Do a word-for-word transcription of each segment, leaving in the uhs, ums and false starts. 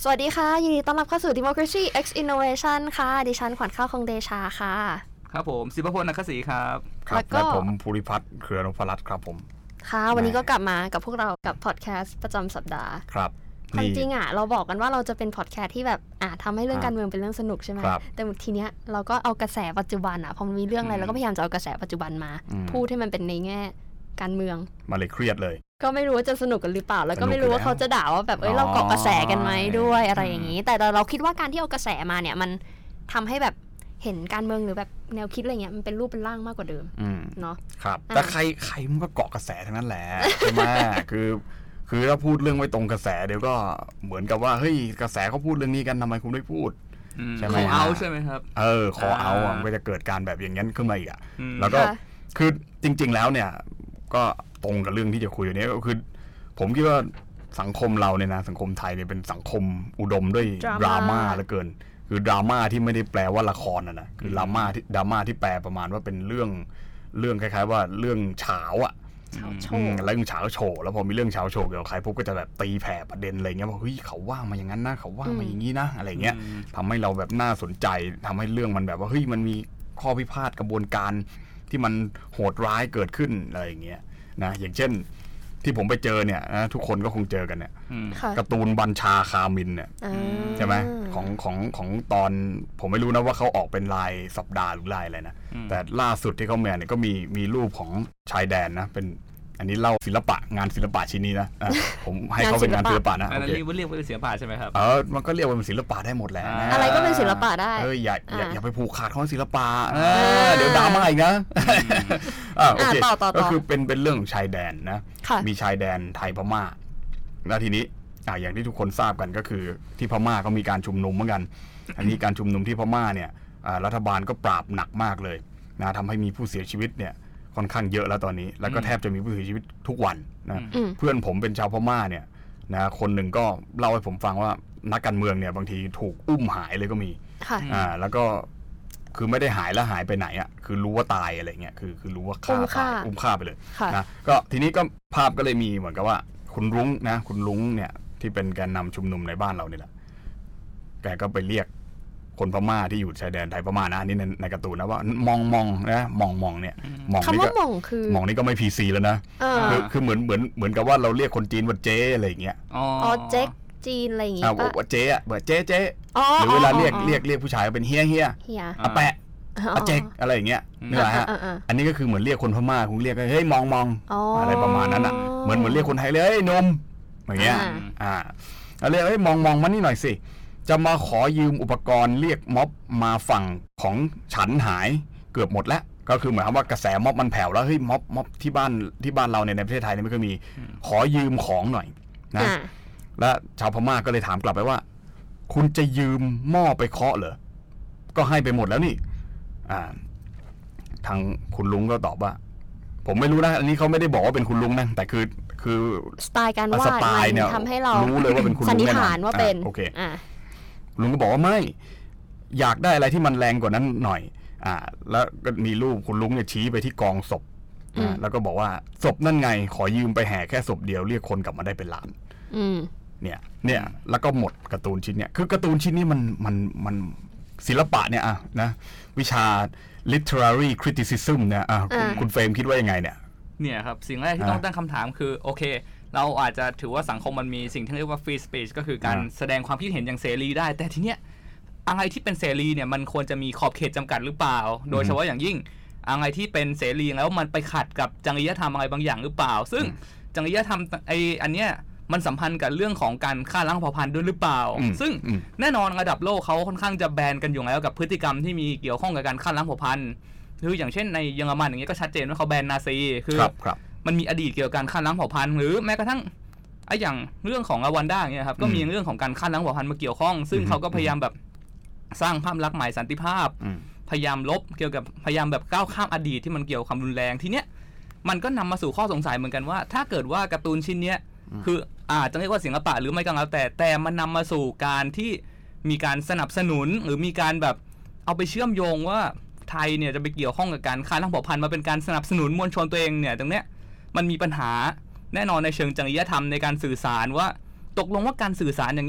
สวัสดีค่ะยินดีต้อนรับเข้าสู่ Democracy X Innovation ค่ะดิฉันขวัญข้าวคงเดชาค่ะครับผมศิวพลนักศรีครับครับและผมภูริพัฒน์เครือนพรัตน์ครับผมค่ะวันนี้ก็กลับมากับพวกเรากับพอดแคสต์ประจำสัปดาห์ครับความจริงอ่ะเราบอกกันว่าเราจะเป็นพอดแคสต์ที่แบบอ่ะทำให้เรื่องการเมืองเป็นเรื่องสนุกใช่ไหมแต่ทีเนี้ยเราก็เอากระแสปัจจุบันอ่ะพอมันมีเรื่องอะไรเราก็พยายามจะเอากระแสปัจจุบันมาพูดให้มันเป็นในแง่การเมืองมาเลยเครียดเลยก็ไม่รู้ว่าจะสนุกกันหรือเปล่าแล้วก็ไม่รู้ว่าเขาจะด่าว่าแบบเอ้ยเราเกาะกระแสกันไหมด้วยอะไรอย่างนี้แต่เราคิดว่าการที่เอากระแสมาเนี่ยมันทำให้แบบเห็นการเมืองหรือแบบแนวคิดอะไรเงี้ยมันเป็นรูปเป็นร่างมากกว่าเดิมเนาะครับแต่ใครใครมันก็เกาะกระแสทั้งนั้นแหละใช่ไหมคือคือถ้าพูดเรื่องไว้ตรงกระแสเดี๋ยวก็เหมือนกับว่าเฮ้ยกระแสเขาพูดเรื่องนี้กันทำไมคุณไม่พูดใช่ไหมขอเอาใช่ไหมครับเออขอเอาอ่ะก็จะเกิดการแบบอย่างนั้นขึ้นมาอีกอ่ะแล้วก็คือจริงๆแล้วเนี่ยก็ตรงกับเรื่องที่จะคุยวันนี้ก็คือผมคิดว่าสังคมเราเนี่ยนะสังคมไทยเนี่ยเป็นสังคมอุดมด้วยดราม่าเหลือเกินคือดราม่าที่ไม่ได้แปลว่าละครนะนะคือดราม่าที่ดราม่าที่แปลประมาณว่าเป็นเรื่องเรื่องคล้ายๆว่าเรื่องเฉาอ่ะเฉาโชว์แล้วเรื่องเฉาโชว์แล้วพอมีเรื่องเฉาโชว์เกี่ยวกับใครพวกก็จะแบบตีแผ่ประเด็นอะไรเงี้ยว่าเฮ้ยเขาว่ามาอย่างนั้นนะเขาว่ามาอย่างนี้นะอะไรเงี้ยทำให้เราแบบน่าสนใจทำให้เรื่องมันแบบว่าเฮ้ยมันมีข้อพิพาทกระบวนการที่มันโหดร้ายเกิดขึ้นอะไรอย่างเงี้ยนะอย่างเช่นที่ผมไปเจอเนี่ยนะทุกคนก็คงเจอกันเนี่ยการ์ตูนบัญชาคามินเนี่ยใช่ไหมของของของตอนผมไม่รู้นะว่าเขาออกเป็นรายสัปดาห์หรือรายอะไรนะแต่ล่าสุดที่เขาแมนเนี่ยก็มีมีรูปของชายแดนนะเป็นอันนี้เล่าศิลปะงานศิลปะชิ้นนี้นะผมให้เขาเป็นงานศิลปะนะอันนี้เรียกว่าศิลปะใช่ไหมครับเออมันก็เรียกว่าเป็นศิลปะได้หมดแหละอะไรก็เป็นศิลปะได้เอออย่าอย่าอย่าไปผูกขาดของศิลปะเดี๋ยวดราม่าอีกนะอ่าโอเคก็คือเป็นเป็นเรื่องชายแดนนะมีชายแดนไทยพม่าแล้วทีนี้อ่าอย่างที่ทุกคนทราบกันก็คือที่พม่าก็มีการชุมนุมเหมือนกันอันนี้การชุมนุมที่พม่าเนี่ยรัฐบาลก็ปราบหนักมากเลยนะทำให้มีผู้เสียชีวิตเนี่ยค่อนข้างเยอะแล้วตอนนี้แล้วก็แทบจะมีผู้เสียชีวิตทุกวันนะเพื่อนผมเป็นชาวพม่าเนี่ยนะคนหนึ่งก็เล่าให้ผมฟังว่านักการเมืองเนี่ยบางทีถูกอุ้มหายเลยก็มีอ่าแล้วก็คือไม่ได้หายแล้วหายไปไหนอ่ะคือรู้ว่าตายอะไรเงี้ยคือคือรู้ว่าฆ่าตายอุ้มฆ่าไปเลยนะก็ทีนี้ก็ภาพก็เลยมีเหมือนกับว่าคุณรุ้งนะคุณรุ้งเนี่ยที่เป็นแกนนำชุมนุมในบ้านเรานี่แหละแกก็ไปเรียกคนพม่าที่อยู่ชายแดนไทยพม่านะนี่ในในการ์ตูนนะว่ามองมองนะมองมองเนี่ยมองนี่ก็มองคือมองนี่ก็ไม่พีซีแล้วนะคือคือเหมือนเหมือนเหมือนกับว่าเราเรียกคนจีนว่าเจ๊อะไรอย่างเงี้ยอ๋อเจ๊จีนอะไรอย่างเงี้ยป่ะว่าเจ๊อะแบบเจ๊เจ๊หรือเวลาเรียกเรียกเรียกผู้ชายเป็นเฮียเฮียอาแปะอาเจ๊กอะไรอย่างเงี้ยนี่แหละฮะอันนี้ก็คือเหมือนเรียกคนพม่าคุณเรียกเฮ้ยมองมองอะไรประมาณนั้นอ่ะเหมือนเหมือนเรียกคนไทยเลยเฮ้ยนมอย่างเงี้ยอ่าแล้วเรียกเฮ้ยมองมองมานี่หน่อยสิจะมาขอยืมอุปกรณ์เรียกม็อบมาฝั่งของฉันหายเกือบหมดแล้วก็คือหมายความว่ากระแสม็อบมันแผ่วแล้วเฮ้ยม็อบม็อบที่บ้านที่บ้านเราในประเทศไทยเนี่ยไม่เคยมีขอยืมของหน่อยนะและชาวพม่าก็เลยถามกลับไปว่าคุณจะยืมหม้อไปเคาะเหรอก็ให้ไปหมดแล้วนี่อ่าทางคุณลุงก็ตอบว่าผมไม่รู้นะอันนี้เขาไม่ได้บอกว่าเป็นคุณลุงนะแต่คือคือสไตล์การวาดมันทำให้เรารู้เลยว่าเป็นคุณลุงสันนิษฐานว่าเป็นโอเคลุงก็บอกว่าไม่อยากได้อะไรที่มันแรงกว่านั้นหน่อยอ่าแล้วก็มีรูปคุณลุงเนี่ยชี้ไปที่กองศพอ่าแล้วก็บอกว่าศพนั่นไงขอยืมไปแห่แค่ศพเดียวเรียกคนกลับมาได้เป็นล้านเนี่ยเนี่ยแล้วก็หมดการ์ตูนชิ้นเนี่ยคือการ์ตูนชิ้นนี้มันมันมันศิลปะเนี่ยอ่ะนะวิชา literary criticism เนี่ยอ่ะคุณเฟรมคิดว่ายังไงเนี่ยเนี่ยครับสิ่งแรกที่ต้องตั้งคำถามคือโอเคเราอาจจะถือว่าสังคมมันมีสิ่งที่เรียกว่า free speech ก็คือการแสดงความคิดเห็นอย่างเสรีได้แต่ทีเนี้ยอะไรที่เป็นเสรีเนี่ยมันควรจะมีขอบเขตจำกัดหรือเปล่าโดยเฉพาะอย่างยิ่งอะไรที่เป็นเสรีแล้วมันไปขัดกับจริยธรรมอะไรบางอย่างหรือเปล่าซึ่งจริยธรรมไออันเนี้ยมันสัมพันธ์กับเรื่องของการฆ่าล้างเผ่าพันธุ์ด้วยหรือเปล่าซึ่งแน่นอนระดับโลกเขาค่อนข้างจะแบนกันอยู่แล้วกับพฤติกรรมที่มีเกี่ยวข้องกับการฆ่าล้างเผ่าพันธุ์คืออย่างเช่นในเยอรมันอย่างเงี้ยก็ชัดเจนว่าเขาแบนนาซีคือมันมีอดีตเกี่ยวกับการฆ่าล้างเผ่าพันธุ์หรือแม้กระทั่งไอ้อย่างเรื่องของรวันด้าเนี่ยครับก็มีเรื่องของการฆ่าล้างเผ่าพันธุ์มาเกี่ยวข้องซึ่งเขาก็พยายามแบบสร้างภาพลักษณ์ใหม่สันติภาพพยายามลบเกี่ยวกับพยายามแบบก้าวข้ามอดีตที่มันเกี่ยวกับความรุนแรงทีเนี้ยมันก็นำมาสู่ข้อสงสัยเหมือนกันว่าถ้าเกิดว่าการ์ตูนชิ้นเนี้ยคืออาจจะเรียกว่าศิลปะหรือไม่ก็แล้วแต่แต่มันนำมาสู่การที่มีการสนับสนุนหรือมีการแบบเอาไปเชื่อมโยงว่าไทยเนี่ยจะไปเกี่ยวข้องกับการฆ่าล้างเผ่าพันธุ์มาเป็นการสนับสนุนมวลชนตัวเองเนี่ยตรงเนี้ยมันมีปัญหาแน่นอนในเชิงจริยธรรมในการสื่อสารว่าตกลงว่าการสื่อสารอย่างเงี้ย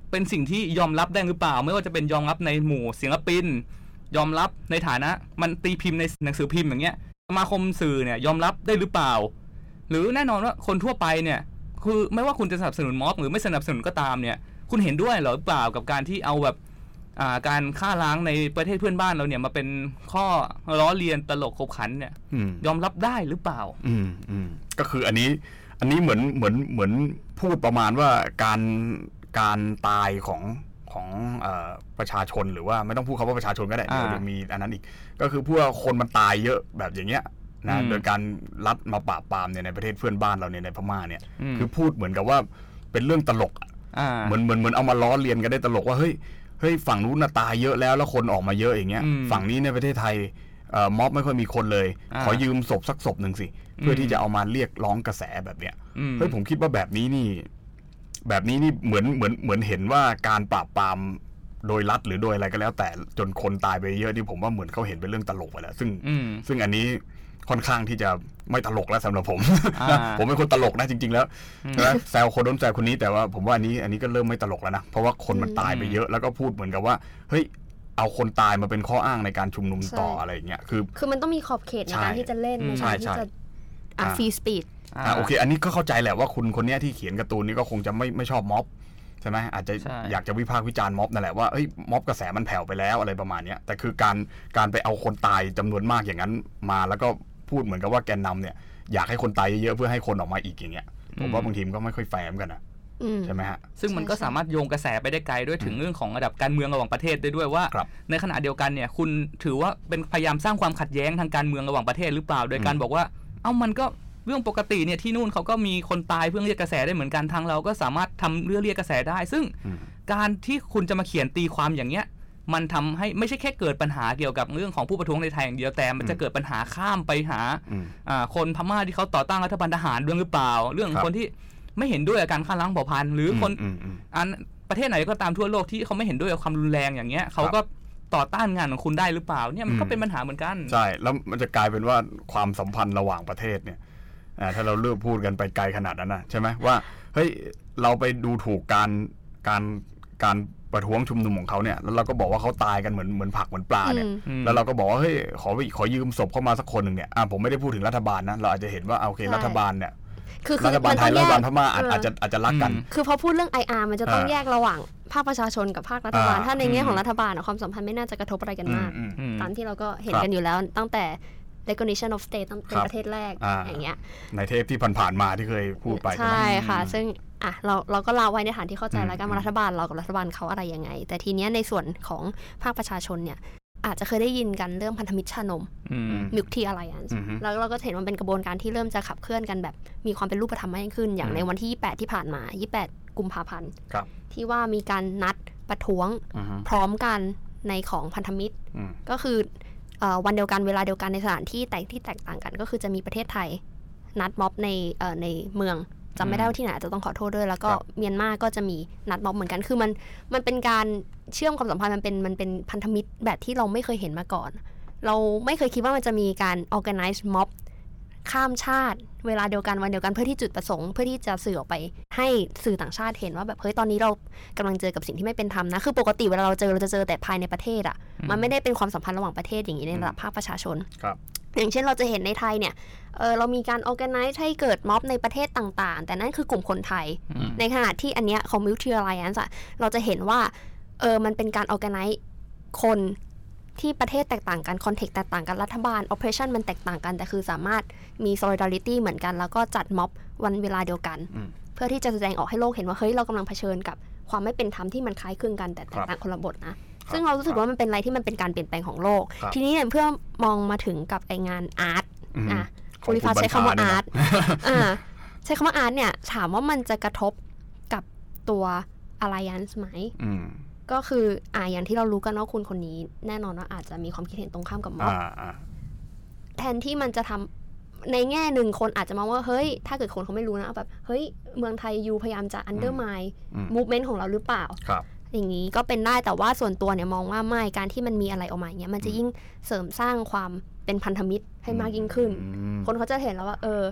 เป็นสิ่งที่ยอมรับได้หรือเปล่าไม่ว่าจะเป็นยอมรับในหมู่ศิลปินยอมรับในฐานะมันตีพิมพ์ในหนังสือพิมพ์อย่างเงี้ยสมาคมสื่อเนี่ยยอมรับได้หรือเปล่าหรือแน่นอนว่าคนทั่วไปเนี่ยคือไม่ว่าคุณจะสนับสนุนม็อบหรือไม่สนับสนุนก็ตามเนี่ยคุณเห็นด้วยหรือเปล่ากับการที่เอาแบบการฆ่าล้างในประเทศเพื่อนบ้านเราเนี่ยมาเป็นข้อล้อเลียนตลกขบขันเนี่ยยอมรับได้หรือเปล่าอืมอืมก็คืออันนี้อันนี้เหมือนเหมือนเหมือนพูดประมาณว่าการการตายของของเอ่อประชาชนหรือว่าไม่ต้องพูดคำว่าประชาชนก็ได้เดี๋ยวมีอันนั้นอีกก็คือพวกคนมันตายเยอะแบบอย่างเงี้ยนะโดยการรัฐมาปราบปรามเนี่ยในประเทศเพื่อนบ้านเราเนี่ยในพม่าเนี่ยคือพูดเหมือนกับว่าเป็นเรื่องตลกเหมือนเหมือนเหมือนเอามาล้อเลียนกันได้ตลกว่าเฮ้ยเฮ้ยฝั่งนู้นน่ะตายเยอะแล้วแล้วคนออกมาเยอะอย่างเงี้ยฝั่งนี้ในประเทศไทยม็อบไม่ค่อยมีคนเลยขอยืมศพสักศพหนึ่งสิเพื่อที่จะเอามาเรียกร้องกระแสแบบเนี้ยเฮ้ยผมคิดว่าแบบนี้นี่แบบนี้นี่เหมือนเหมือนเหมือนเห็นว่าการปราบปรามโดยรัฐหรือโดยอะไรก็แล้วแต่จนคนตายไปเยอะนี่ผมว่าเหมือนเขาเห็นเป็นเรื่องตลกไปแล้วซึ่งซึ่งอันนี้ค่อนข้างที่จะไม่ตลกแล้วสำหรับผมผมเป็นคนตลกนะจริงๆแล้วนะแซวคนโน้นแซวคนนี้แต่ว่าผมว่าอันนี้อันนี้ก็เริ่มไม่ตลกแล้วนะเพราะว่าคนมันตายไปเยอะแล้วก็พูดเหมือนกับว่าเฮ้ยเอาคนตายมาเป็นข้ออ้างในการชุมนุมต่ออะไรอย่างเงี้ยคือคือมันต้องมีขอบเขตในการที่จะเล่นในการที่จะอ่ะฟรีสปีดอ่าโอเคอันนี้ก็เข้าใจแหละว่าคุณคนนี้ที่เขียนการ์ตูนนี้ก็คงจะไม่ไม่ชอบม็อบใช่ไหมอาจจะอยากจะวิพากษ์วิจารณ์ม็อบนั่นแหละว่าเอ้ยม็อบกระแสมันแผ่วไปแล้วอะไรประมาณนี้แต่คือการการไปเอาคนตายจำนวนมากอย่างนั้นมาแล้วก็พูดเหมือนกับว่าแกนนำเนี่ยอยากให้คนตายเยอะๆเพื่อให้คนออกมาอีกอย่างเงี้ยผมว่าบางทีมันก็ไม่ค่อยแฟร์เหมือนกันนะใช่ไหมฮะซึ่งมันก็สามารถโยงกระแสไปได้ไกลด้วยถึงเรื่องของระดับการเมืองระหว่างประเทศได้ด้วยว่าในขณะเดียวกันเนี่ยคุณถือว่าเป็นพยายามสร้างความขัดแย้งทางการเมืองระหว่างประเทศหรือเปล่าโดยการบอกว่าเอ้ามันก็เรื่องปกติเนี่ยที่นู่นเขาก็มีคนตายเพื่อเรียกกระแสได้เหมือนกันทางเราก็สามารถทำเรื่องเรียกกระแสได้ซึ่งการที่คุณจะมาเขียนตีความอย่างเงี้ยมันทำให้ไม่ใช่แค่เกิดปัญหาเกี่ยวกับเรื่องของผู้ประท้วงในไทยอย่างเดียวแต่มันจะเกิดปัญหาข้ามไปหาคนพม่าที่เขาต่อต้านรัฐบาลทหารด้วยหรือเปล่าเรื่องคนที่ไม่เห็นด้วยกับการฆ่าล้างเผ่าพันธุ์หรือคนอันประเทศไหนก็ตามทั่วโลกที่เขาไม่เห็นด้วยกับความรุนแรงอย่างเงี้ยเขาก็ต่อต้านงานของคุณได้หรือเปล่าเนี่ยมันก็เป็นปัญหาเหมือนกันใช่แล้วมันจะกลายเป็นว่าความสัมพันธ์ระหว่างประเทศเนี่ยถ้าเราเลือกพูดกันไปไกลขนาดนั้นนะใช่ไหมว่าเฮ้ยเราไปดูถูกการการการประท้วงชุมนุมของเขาเนี่ยแล้วเราก็บอกว่าเขาตายกันเหมือนเหมือนผักเหมือนปลาเนี่ยแล้วเราก็บอกว่าเฮ้ยขอขอยืมศพเข้ามาสักคนหนึ่งเนี่ยอ่ะผมไม่ได้พูดถึงรัฐบาลนะเราอาจจะเห็นว่าโอเครัฐบาลเนี่ยคือรัฐบาลไทยรัฐบาลพม่าอาจจะอาจจะรักกันคือพอพูดเรื่อง ไอ อาร์ มันจะต้องแยกระหว่างภาคประชาชนกับภาครัฐบาลถ้าในแง่ของรัฐบาลความสัมพันธ์ไม่น่าจะกระทบอะไรกันมากตามที่เราก็เห็นกันอยู่แล้วตั้งแต่ recognition of state ตั้งเป็นประเทศแรกอย่างเงี้ยในเทปที่ผ่านๆมาที่เคยพูดไปใช่ค่ะซึ่งอ่ะเราเราก็เล่าไว้ในฐานที่เข้าใจแล้วกันว่ารัฐบาลเรากับรัฐบาลเขาอะไรยังไงแต่ทีเนี้ยในส่วนของภาคประชาชนเนี่ยอาจจะเคยได้ยินกันเรื่องพันธมิตรชานม Milk Tea Alliance แล้วเราก็เห็นว่าเป็นกระบวนการที่เริ่มจะขับเคลื่อนกันแบบมีความเป็นรูปธรรมมากขึ้นอย่างในวันที่ยี่สิบแปดที่ผ่านมายี่สิบแปดกุมภาพันธ์ที่ว่ามีการนัดประท้วงพร้อมกันในของพันธมิตรก็คือวันเดียวกันเวลาเดียวกันในสถานที่แต่ที่แตกต่างกันก็คือจะมีประเทศไทยนัดม็อบในในเมืองจำไม่ได้ว่าที่ไหนจะต้องขอโทษด้วยแล้วก็เมียนมาก็จะมีนัดม็อบเหมือนกันคือมันมันเป็นการเชื่อมความสัมพันธ์มันเป็นมันเป็นพันธมิตรแบบที่เราไม่เคยเห็นมาก่อนเราไม่เคยคิดว่ามันจะมีการ organize mob ข้ามชาติเวลาเดียวกันวันเดียวกันเพื่อที่จุดประสงค์เพื่อที่จะสื่อออกไปให้สื่อต่างชาติเห็นว่าแบบเฮ้ยตอนนี้เรากำลังเจอกับสิ่งที่ไม่เป็นธรรมนะคือปกติเวลาเราเจอเราจะเจอแต่ภายในประเทศอ่ะมันไม่ได้เป็นความสัมพันธ์ระหว่างประเทศอย่างนี้ในระดับภาคประชาชนอย่างเช่นเราจะเห็นในไทยเนี่ย เออเรามีการ organize ให้เกิดม็อบในประเทศต่างๆแต่นั่นคือกลุ่มคนไทยในขณะที่อันเนี้ยของ Milk Alliance อะเราจะเห็นว่าเออมันเป็นการ organize คนที่ประเทศแตกต่างกันคอนเทกต์แตกต่างกันรัฐบาล operation มันแตกต่างกันแต่คือสามารถมี solidarity เหมือนกันแล้วก็จัดม็อบวันเวลาเดียวกันเพื่อที่จะแสดงออกให้โลกเห็นว่าเฮ้ยเรากำลังเผชิญกับความไม่เป็นธรรมที่มันคล้ายคลึงกันแต่แตกต่างคนละบทนะซึ่งเรารู้สึกว่ามันเป็นอะไรที่มันเป็นการเปลี่ยนแปลงของโลกทีนี้เนี่ยเพื่อมองมาถึงกับไองานอาร์ตอ่ะคุณริฟ้าใช้คำว่าอาร์ตอ่าใช้คำว่าอาร์ตเนี่ยถามว่ามันจะกระทบกับตัว Alliance ไหมก็คืออ่าอย่างที่เรารู้กันว่าคุณคนนี้แน่นอนว่าอาจจะมีความคิดเห็นตรงข้ามกับม็อบแทนที่มันจะทำในแง่หนึ่งคนอาจจะมองว่าเฮ้ยถ้าเกิดคนเขาไม่รู้นะแบบเฮ้ยเมืองไทยยูพยายามจะ undermine movement ของเราหรือเปล่าอย่างนี้ก็เป็นได้แต่ว่าส่วนตัวเนี่ยมองว่าไม่การที่มันมีอะไรออกมาอย่างเงี้ยมันจะยิ่งเสริมสร้างความเป็นพันธมิตรให้มากยิ่งขึ้นคนเขาจะเห็นแล้วว่าเออ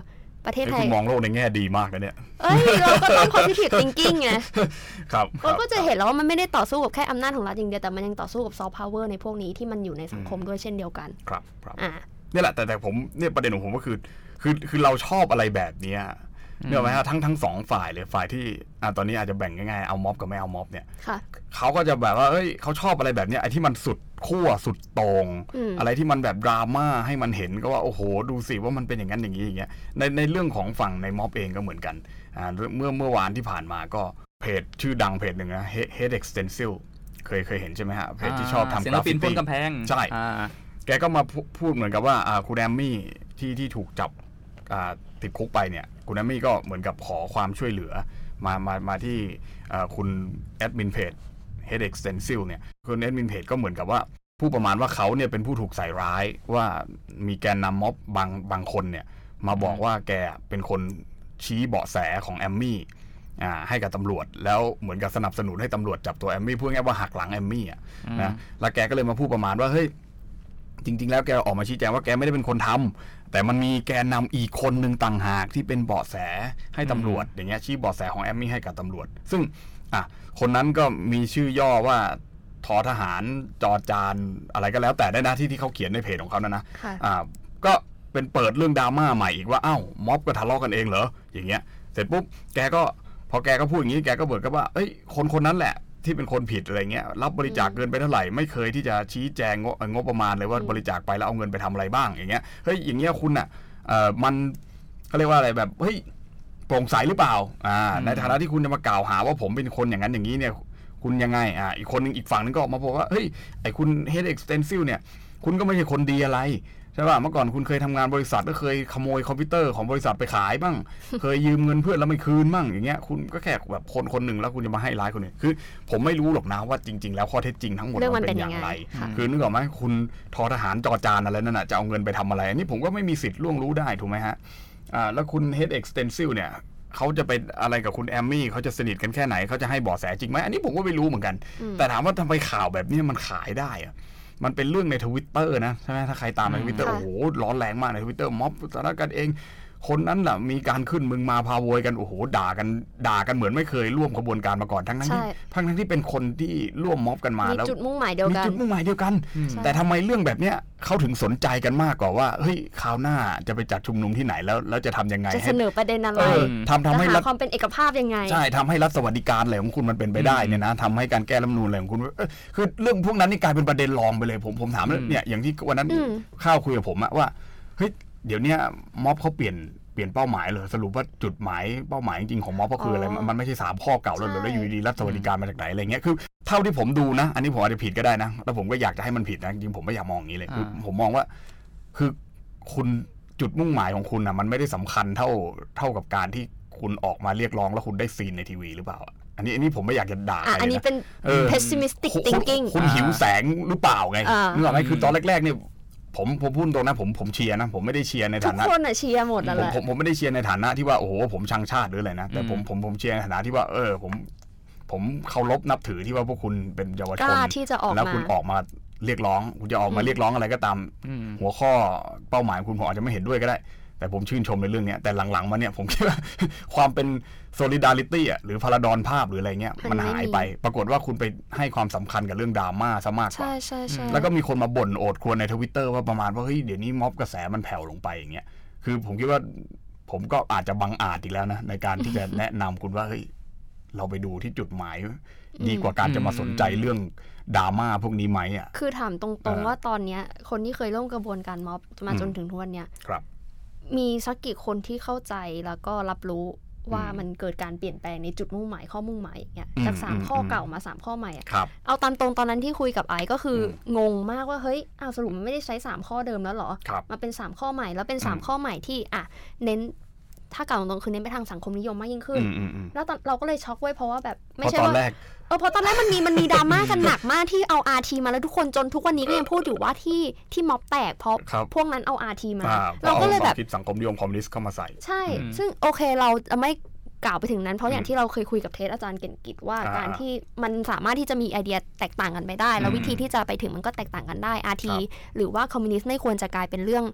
ประเทศไทยคุณมองโลกในแง่ดีมากนะเนี่ยเอ้ยเราก็ต้อง positive thinking ไงครับเราก็จะเห็นแล้วว่ามันไม่ได้ต่อสู้กับแค่อำนาจของรัฐอย่างเดียวแต่มันยังต่อสู้กับ soft power ในพวกนี้ที่มันอยู่ในสังคมด้วยเช่นเดียวกันครับครับอ่านี่แหละแต่แต่ผมเนี่ยประเด็นของผมก็คือคือคือเราชอบอะไรแบบนี้เนี่ยไหมฮะทั้งทั้งสองฝ่ายเลยฝ่ายที่อ่าตอนนี้อาจจะแบ่งง่ายๆเอาม็อบกับไม่เอาม็อบเนี่ยเขาก็จะแบบว่าเอ้ยเขาชอบอะไรแบบนี้ไอ้ที่มันสุดขั้วสุดตรงอ, อะไรที่มันแบบดราม่าให้มันเห็นก็ว่าโอ้โหดูสิว่ามันเป็นอย่างนั้นอย่างนี้อย่างเงี้ยในในเรื่องของฝั่งในม็อบเองก็เหมือนกันอ่าเมื่อเมื่อวานที่ผ่านมาก็เพจชื่อดังเพจหนึ่งนะ Head Stencil เคยเคยเห็นใช่ไหมฮะเพจที่ชอบทำกราฟฟิตี้กำแพงใช่แกก็มาพูดเหมือนกับว่าคุณแอมมี่ที่ที่ถูกจับติดคุกไปเนี่ยคุณแอมมี่ก็เหมือนกับขอความช่วยเหลือมามามาที่คุณแอดมินเพจ Head Stencil เนี่ยคุณแอดมินเพจก็เหมือนกับว่าผู้ประมาณว่าเขาเนี่ยเป็นผู้ถูกใส่ร้ายว่ามีแกนนำม็อบบางบางคนเนี่ยมาบอกว่าแกเป็นคนชี้เบาะแสของแอมมี่ให้กับตำรวจแล้วเหมือนกับสนับสนุนให้ตำรวจจับตัวแอมมี่พูดง่ายว่าหักหลังแอมมี่อ่ะนะแล้วแกก็เลยมาพูดประมาณว่าเฮ้ยจริงๆแล้วแกออกมาชี้แจงว่าแกไม่ได้เป็นคนทำแต่มันมีแกนนำอีกคนหนึ่งต่างหากที่เป็นเบาะแสให้ตำรวจอย่างเงี้ยชี้เบาะแสของแอมมี่ให้กับตำรวจซึ่งอ่ะคนนั้นก็มีชื่อย่อว่าทอทหารจอจานอะไรก็แล้วแต่ได้นะที่ที่เขาเขียนในเพจของเขานะนะอ่าก็เป็นเปิดเรื่องดราม่าใหม่อีกว่าอ้าวม็อบก็ทะเลาะกันเองเหรออย่างเงี้ยเสร็จปุ๊บแกก็พอแกก็พูดอย่างนี้แกก็เบิกกับว่าเอ้ยคนคนนั้นแหละที่เป็นคนผิดอะไรเงี้ยรับบริจาคเงินไปเท่าไหร่ไม่เคยที่จะชี้แจงงบงบประมาณเลยว่าบริจาคไปแล้วเอาเงินไปทำอะไรบ้างอย่างเงี้ยเฮ้ยอย่างเงี้ยคุณอ่ะเอ่อมันเขาเรียกว่าอะไรแบบเฮ้ยโปร่งใสหรือเปล่าอ่าในฐานะที่คุณจะมากล่าวหาว่าผมเป็นคนอย่างนั้นอย่างนี้เนี่ยคุณยังไงอ่าอีกคนนึงอีกฝั่งนึงก็ออกมาบอกว่าเฮ้ยไอ้คุณ Head Stencil เนี่ยคุณก็ไม่ใช่คนดีอะไรใช่ป่ะเมื่อก่อนคุณเคยทำงานบริษัทก็เคยขโมยคอมพิวเตอร์ของบริษัทไปขายบ้าง เคยยืมเงินเพื่อนแล้วไม่คืนบ้างอย่างเงี้ยคุณก็แค่แบบคนคนหนึ่งแล้วคุณจะมาให้ร้ายคนอื่นคือผมไม่รู้หรอกนะว่าจริงๆแล้วข้อเท็จจริงทั้งหมดมันเป็นอย่างไรคือนึกออกไหมคุณทอทหารจอจานอะไรนั่นน่ะจะเอาเงินไปทำอะไรอันนี้ผมก็ไม่มีสิทธิ์ล่วงรู้ได้ถูกไหมฮะอ่าแล้วคุณ Head Stencil เนี่ยเขาจะเป็นอะไรกับคุณแอมมี่เขาจะสนิทกันแค่ไหนเขาจะให้เบาะแสจริงไหมอันนี้ผมก็ไม่รู้เหมือนกันแต่ถามว่าทำไมข่าวแบบนี้มันขายได้อะมันเป็นเรื่องใน Twitter นะใช่ไหมถ้าใครตามใน Twitter โอ้โหร้อนแรงมากใน Twitter ม็อบสถานการณ์เองคนนั้นแหละมีการขึ้นมึงมาพาโวยกันโอ้โหด่ากันด่ากันเหมือนไม่เคยร่วมขบวนการมาก่อนทั้งนั้นที่ทั้งนั้นที่เป็นคนที่ร่วมม็อบกันมาแล้วมีจุดมุ่งหมายเดียวกันมีจุดมุ่งหมายเดียวกันแต่ทำไมเรื่องแบบเนี้ยเขาถึงสนใจกันมากกว่าว่าเฮ้ยคราวหน้าจะไปจัดชุมนุมที่ไหนแล้วแล้วจะทำยังไงจะเสนอประเด็นอะไรทำทำให้รัฐความเป็นเอกภาพยังไงใช่ทำให้รัฐสวัสดิการอะไรของคุณมันเป็นไปได้เนี่ยนะทำให้การแก้รัฐธรรมนูญอะไรของคุณคือเรื่องพวกนั้นนี่กลายเป็นประเด็นรองไปเลยผมผมถามเนี่ยอย่างที่วันนั้นข้าวคุยกับผมอะว่าเฮ้ยเดี๋ยวนี้ม็อบเขาเปลี่ยนเปลี่ยนเป้าหมายเลยสรุปว่าจุดหมายเป้าหมายจริงๆของม็อบก็คืออะไรมันไม่ใช่สามข้อเก่าแล้วแล้วอยู่ดีรัฐสวัสดิการมาจากไหนอะไรเงี้ยคือเท่าที่ผมดูนะอันนี้ผมอาจจะผิดก็ได้นะแล้วผมก็อยากจะให้มันผิดนะจริงๆผมไม่อยากมองอย่างนี้เลยคือผมมองว่าคือคุณจุดมุ่งหมายของคุณนะมันไม่ได้สำคัญเท่าเท่ากับการที่คุณออกมาเรียกร้องแล้วคุณได้ซีนในทีวีหรือเปล่าอันนี้อันนี้ผมไม่อยากจะด่าใครนะอันนี้เป็น pessimistic thinking คุณหิวแสงหรือเปล่าไงนึกออกไหมคือตอนแรกๆเนี่ยผมผมพูดตรงนะผมผมเชียร์นะผมไม่ได้เชียร์ในฐานะทุกคนอ่ะเชียร์หมดแล้วแหละผมผมไม่ได้เชียร์ในฐานะที่ว่าโอ้โหผมชังชาติหรืออะไรนะแต่ผมผมผมเชียร์ในฐานะที่ว่าเออผมผมเคารพนับถือที่ว่าพวกคุณเป็นเยาวชนแล้วคุณออกมาเรียกร้องคุณจะออกมาเรียกร้องอะไรก็ตามหัวข้อเป้าหมายคุณผมอาจจะไม่เห็นด้วยก็ได้แต่ผมชื่นชมในเรื่องนี้แต่หลังๆมาเนี่ยผมคิดว่าความเป็น solidarity อ่ะหรือพาราดอนภาพหรืออะไรเงี้ยมันหายไปปรากฏว่าคุณไปให้ความสำคัญกับเรื่องดราม่าซะมากกว่าแล้วก็มีคนมาบ่นโอดครวญใน Twitter ว่าประมาณว่าเฮ้ยเดี๋ยวนี้ม็อบกระแสมันแผ่วลงไปอย่างเงี้ยคือผมคิดว่าผมก็อาจจะบังอาจอีกแล้วนะในการที่จะแนะนำคุณว่าเฮ้ยเราไปดูที่จุดหมายดีกว่าการจะมาสนใจเรื่องดราม่าพวกนี้ไหมอ่ะคือถามตรงๆว่าตอนเนี้ยคนที่เคยร่วมกระบวนการม็อบมาจนถึงทุกวันเนี้ยมีสักกี่คนที่เข้าใจแล้วก็รับรู้ว่ามันเกิดการเปลี่ยนแปลงในจุดมุ่งหมายข้อมุ่งหมายอย่างเงี้ยจากสามข้อเก่ามาสามข้อใหม่อ่ะเอาตามตรงตอนนั้นที่คุยกับไอซ์ก็คืองงมากว่าเฮ้ยอ้าวสรุปมันไม่ได้ใช้สามข้อเดิมแล้วหรอมาเป็นสามข้อใหม่แล้วเป็นสามข้อใหม่ที่อ่ะเน้นถ้ากล่าวตรงๆคือเน้นไปทางสังคมนิยมมากยิ่งขึ้นแล้วเราก็เลยช็อกเว้ยเพราะว่าแบบไม่ใช่ว่าเออเพราะตอนแรกมันมีมันมีดราม่ากันหนักมากที่เอา อาร์ ที มาแล้วทุกคนจนทุกวันนี้ก็ยังพูดอยู่ว่าที่ที่ม็อบแตกเพราะพวกนั้นเอา อาร์ ที มาเราก็เลยแบบคิดสังคมนิยมคอมมิวนิสต์เข้ามาใส่ใช่ซึ่งโอเคเราจะไม่กล่าวไปถึงนั้นเพราะอย่างที่เราเคยคุยกับเทสอาจารย์เก่งกิจว่าการที่มันสามารถที่จะมีไอเดียแตกต่างกันไปได้แล้ววิธีที่จะไปถึงมันก็แตกต่างกันได้ อาร์ ที หรือว่าคอมมิวนิสต์ไม่ควรจะกลายเป็นเรื่อง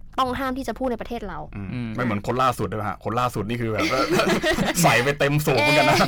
ต้องห้ามที่จะพูดในประเทศเราไม่เหมือนคนล่าสุดเลยฮะคนล่าสุดนี่คือแบบใส่ไปเต็มสูบเหมือนกันนะ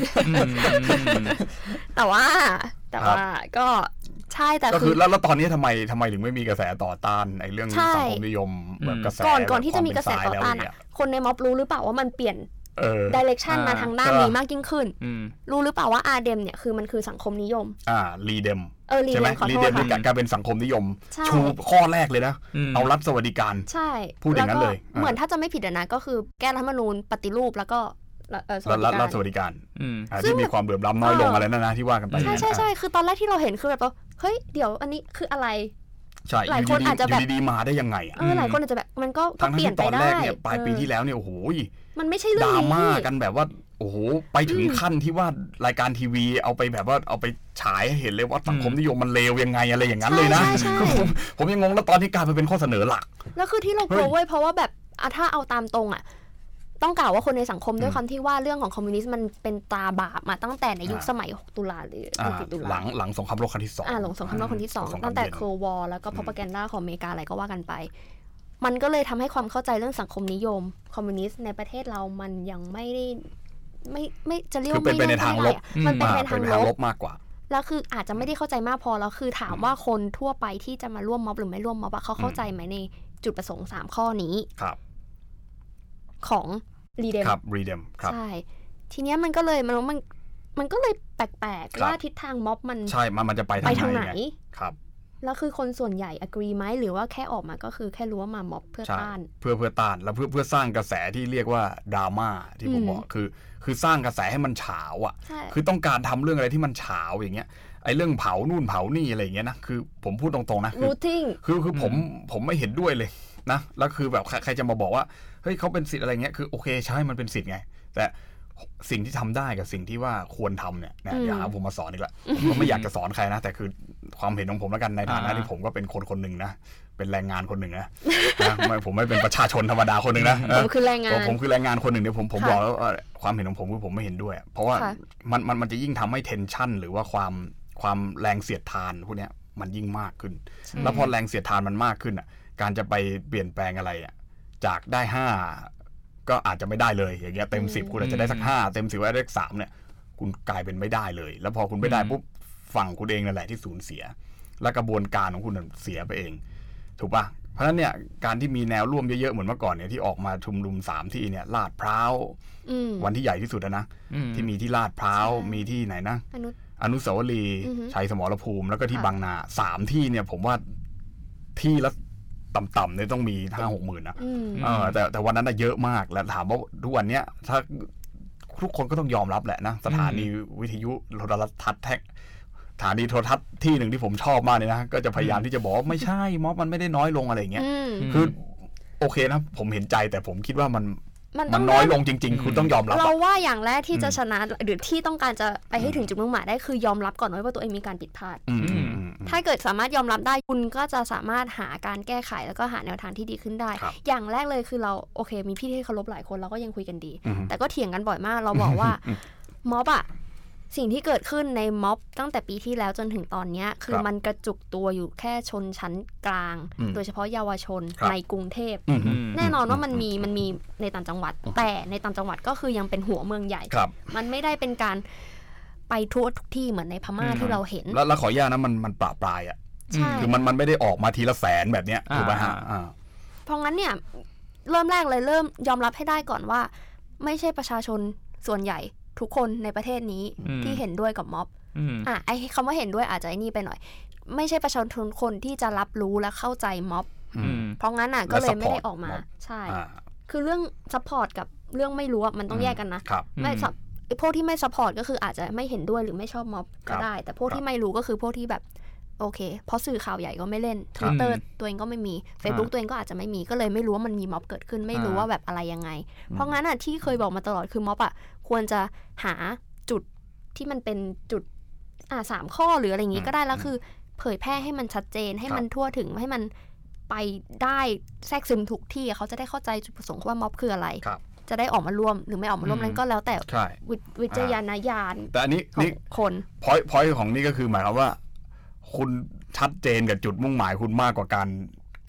แต่ว่าแต่ว่าก็ใช่แต่คือแล้วแล้วตอนนี้ทำไมทำไมถึงไม่มีกระแสต่อต้านไอ้เรื่องสังคมนิยมแบบกระแสก่อนก่อนที่จะมีกระแสต่อต้านคนในม็อบรู้หรือเปล่าว่ามันเปลี่ยนดิเรกชันมาทางด้านนี้มากยิ่งขึ้นรู้หรือเปล่าว่าอาเดมเนี่ยคือมันคือสังคมนิยมอ่ารีเดมเออรีเดมรีเดมคือการเป็นสังคมนิยมชูข้อแรกเลยนะเอารัฐสวัสดิการใช่พูดอย่างนั้นเลยเหมือนถ้าจะไม่ผิดนะก็คือแก้รัฐธรรมนูญปฏิรูปแล้วก็รัฐสวัสดิการที่มีความเดือดร้อนน้อยลงอะไรนั่นนะที่ว่ากันไปใช่ใช่ใช่คือตอนแรกที่เราเห็นคือแบบเฮ้ยเดี๋ยวอันนี้คืออะไรใช่หลายคนอาจจะแบบดีๆมาได้ยังไงอ่ะเออหลายคนอาจจะแบบมันก็เปลี่ยนไปได้เนี่ยปลายปีที่แล้วเนี่ยโอ้โหมันไม่ใช่เรื่องดราม่ากันแบบว่าโอ้โหไปถึงขั้นที่ว่ารายการทีวีเอาไปแบบว่าเอาไปฉายให้เห็นเลยว่าสังคมนิยมมันเลวยังไงอะไรอย่างนั้นเลยนะผมผมยังงงแล้วตอนนี้กลายมาเป็นข้อเสนอหลักแล้วคือที่เรากลัวเว้ยเพราะว่าแบบถ้าเอาตามตรงอ่ะต้องกล่าวว่าคนในสังคมด้วยความที่ว่าเรื่องของคอมมิวนิสต์มันเป็นตาบาปมาตั้งแต่ในยุคสมัยหกตุลาหรือตุลาหลังหลังสงครามโลกครั้งที่สองอ่าหลังสงครามโลกครั้งที่สองตั้งแต่โคววอร์แล้วก็ propaganda ของอเมริกาอะไรก็ว่ากันไปมันก็เลยทำให้ความเข้าใจเรื่องสังคมนิยมคอมมิวนิสต์ในประเทศเรามันยังไม่ได้ไม่ไม่จะเรียกว่าไม่เป็นในทางลบมันเป็นในทางลบมากกว่าแล้วคืออาจจะไม่ได้เข้าใจมากพอแล้วคือถามว่าคนทั่วไปที่จะมาร่วมม็อบหรือไม่ร่วมม็อบเขาเข้าใจไหมในจุดประสงค์สามข้อนี้ครับของรีเดมครับรีเดมครับใช่ทีเนี้ยมันก็เลยมันมันมันก็เลยแปลกๆว่าทิศทางม็อบมันใช่มันมันจะไปทางไหนครับแล้วคือคนส่วนใหญ่ agree ไหมหรือว่าแค่ออกมาก็คือแค่รู้ว่ามาม็อบเพื่อต้านเพื่อเพื่อต้านแล้วเพื่อเพื่อสร้างกระแสที่เรียกว่าดราม่าที่ผมบอกคือคือสร้างกระแสให้มันเฉาอ่ะคือต้องการทำเรื่องอะไรที่มันเฉาอย่างเงี้ยไอ้เรื่องเผานู่นเผานี่อะไรอย่างเงี้ยนะคือผมพูดตรงๆนะคือคือคือผมผมไม่เห็นด้วยเลยนะแล้วคือแบบใครจะมาบอกว่าเฮ้ยเขาเป็นสิทธิ์อะไรเงี้ยคือโอเคใช่มันเป็นสิทธิ์ไงแต่สิ่งที่ทำได้กับสิ่งที่ว่าควรทำเนี่ยนะอย่าผมมาสอนอีกละผมไม่อยากจะสอนใครนะแต่คือความเห็นของผมแล้วกันในฐานะที่ผมก็เป็นคนคนหนึ่งนะเป็นแรงงานคนหนึ่งนะนะไม่ผมไม่เป็นประชาชนธรรมดาคนหนึ่งนะผมคือแรงงานผมคือแรงงานคนหนึ่งเดี๋ยวผมผมบอกแล้วความเห็นของผมคือผมไม่เห็นด้วยเพราะว่ามันมันมันจะยิ่งทำให้เทนชั่นหรือว่าความความแรงเสียดทานพวกเนี้ยมันยิ่งมากขึ้นแล้วพอแรงเสียดทานมันมากขึ้นอ่ะการจะไปเปลี่ยนแปลงอะไรอ่ะจากได้ห้าก็อาจจะไม่ได้เลยอย่างเงี้ยเต็มสิบคุณอาจจะได้สักห้าเต็มสิบว่าได้สามเนี่ยคุณกลายเป็นไม่ได้เลยแล้วพอคุณไม่ได้ปุ๊บฝั่งคุณเองนั่นแหละที่สูญเสียและกระบวนการของคุณเสียไปเองถูกป่ะเพราะฉะนั้นเนี่ยการที่มีแนวร่วมเยอะๆเหมือนเมื่อก่อนเนี่ยที่ออกมาชุมนุมสามที่เนี่ยลาดพร้าววันที่ใหญ่ที่สุดนะที่มีที่ลาดพร้าวมีที่ไหนนะอนุสาวรีย์ชัยสมรภูมิแล้วก็ที่บางนาสามที่เนี่ยผมว่าที่ละต่ำๆเนี่ยต้องมีห้าหกหมื่นนะเออแต่แต่วันนั้นน่ะเยอะมากแล้วถามว่าทุกวันเนี้ยถ้าทุกคนก็ต้องยอมรับแหละนะสถานีวิทยุโทรทัศน์แท็กสถานีโทรทัศน์ที่หนึ่งที่ผมชอบมากเลยนะก็จะพยายามที่จะบอกไม่ใช่ม็อบมันไม่ได้น้อยลงอะไรอย่างเงี้ยคือโอเคนะผมเห็นใจแต่ผมคิดว่ามันมันน้อยลงจริงๆคุณต้องยอมรับเราว่าอย่างแรกที่จะชนะหรือที่ต้องการจะไปให้ถึงจุดมุ่งหมายได้คือยอมรับก่อนว่าตัวเองมีการผิดพลาดถ้าเกิดสามารถยอมรับได้คุณก็จะสามารถหาการแก้ไขแล้วก็หาแนวทางที่ดีขึ้นได้อย่างแรกเลยคือเราโอเคมีพี่ที่เคารพหลายคนเราก็ยังคุยกันดีแต่ก็เถียงกันบ่อยมากเราบอกว่าม็อบอะสิ่งที่เกิดขึ้นในม็อบตั้งแต่ปีที่แล้วจนถึงตอนนี้คือมันกระจุกตัวอยู่แค่ชนชั้นกลางโดยเฉพาะเยาวชนในกรุงเทพแน่นอนว่ามันมีมันมีในต่างจังหวัดแต่ในต่างจังหวัดก็คือยังเป็นหัวเมืองใหญ่มันไม่ได้เป็นการไปทั่วทุกที่เหมือนในพม่าที่เราเห็นแล้วแล้วขออนุญาตนะมันมันปราปรายอ่ะคือมันมันไม่ได้ออกมาทีละแสนแบบเนี้ยถูกป่ะฮะเพราะงั้นเนี่ยเริ่มแรกเลยเริ่มยอมรับให้ได้ก่อนว่าไม่ใช่ประชาชนส่วนใหญ่ทุกคนในประเทศนี้ที่เห็นด้วยกับม็อบอ่ะไอ้คำว่าเห็นด้วยอาจจะไอ้นี่ไปหน่อยไม่ใช่ประชาชนคนที่จะรับรู้และเข้าใจม็อบเพราะงั้นอ่ะก็เลยไม่ได้ออกมาใช่คือเรื่องซัพพอร์ตกับเรื่องไม่รู้มันต้องแยกกันนะไม่พวกที่ไม่ซัพพอร์ตก็คืออาจจะไม่เห็นด้วยหรือไม่ชอบม็อบก็ได้แต่พวกที่ไม่รู้ก็คือพวกที่แบบโอเคเพราะสื่อข่าวใหญ่ก็ไม่เล่น Twitter ตัวเองก็ไม่มี Facebook ตัวเองก็อาจจะไม่มีก็เลยไม่รู้ว่ามันมีม็อบเกิดขึ้นไม่รู้ว่าแบบอะไรยังไงเพราะงั้นอ่ะที่เคยบอกมาตลอดคือม็อบอ่ะควรจะหาจุดที่มันเป็นจุดอ่าสามข้อหรืออะไรอย่างงี้ก็ได้แล้วคือเผยแพร่ให้มันชัดเจนให้มันทั่วถึงให้มันไปได้แทรกซึมทุกที่เขาจะได้เข้าใจจุดประสงค์ว่าม็อบคืออะไรจะได้ออกมาร่วมหรือไม่ออกมาร่วมนั้นก็แล้วแต่วิจารณญาณแต่อันนี้นี่คนพอยต์พอยต์ของนี่ก็คือหมายความว่าคุณชัดเจนกับจุดมุ่งหมายคุณมากกว่าการ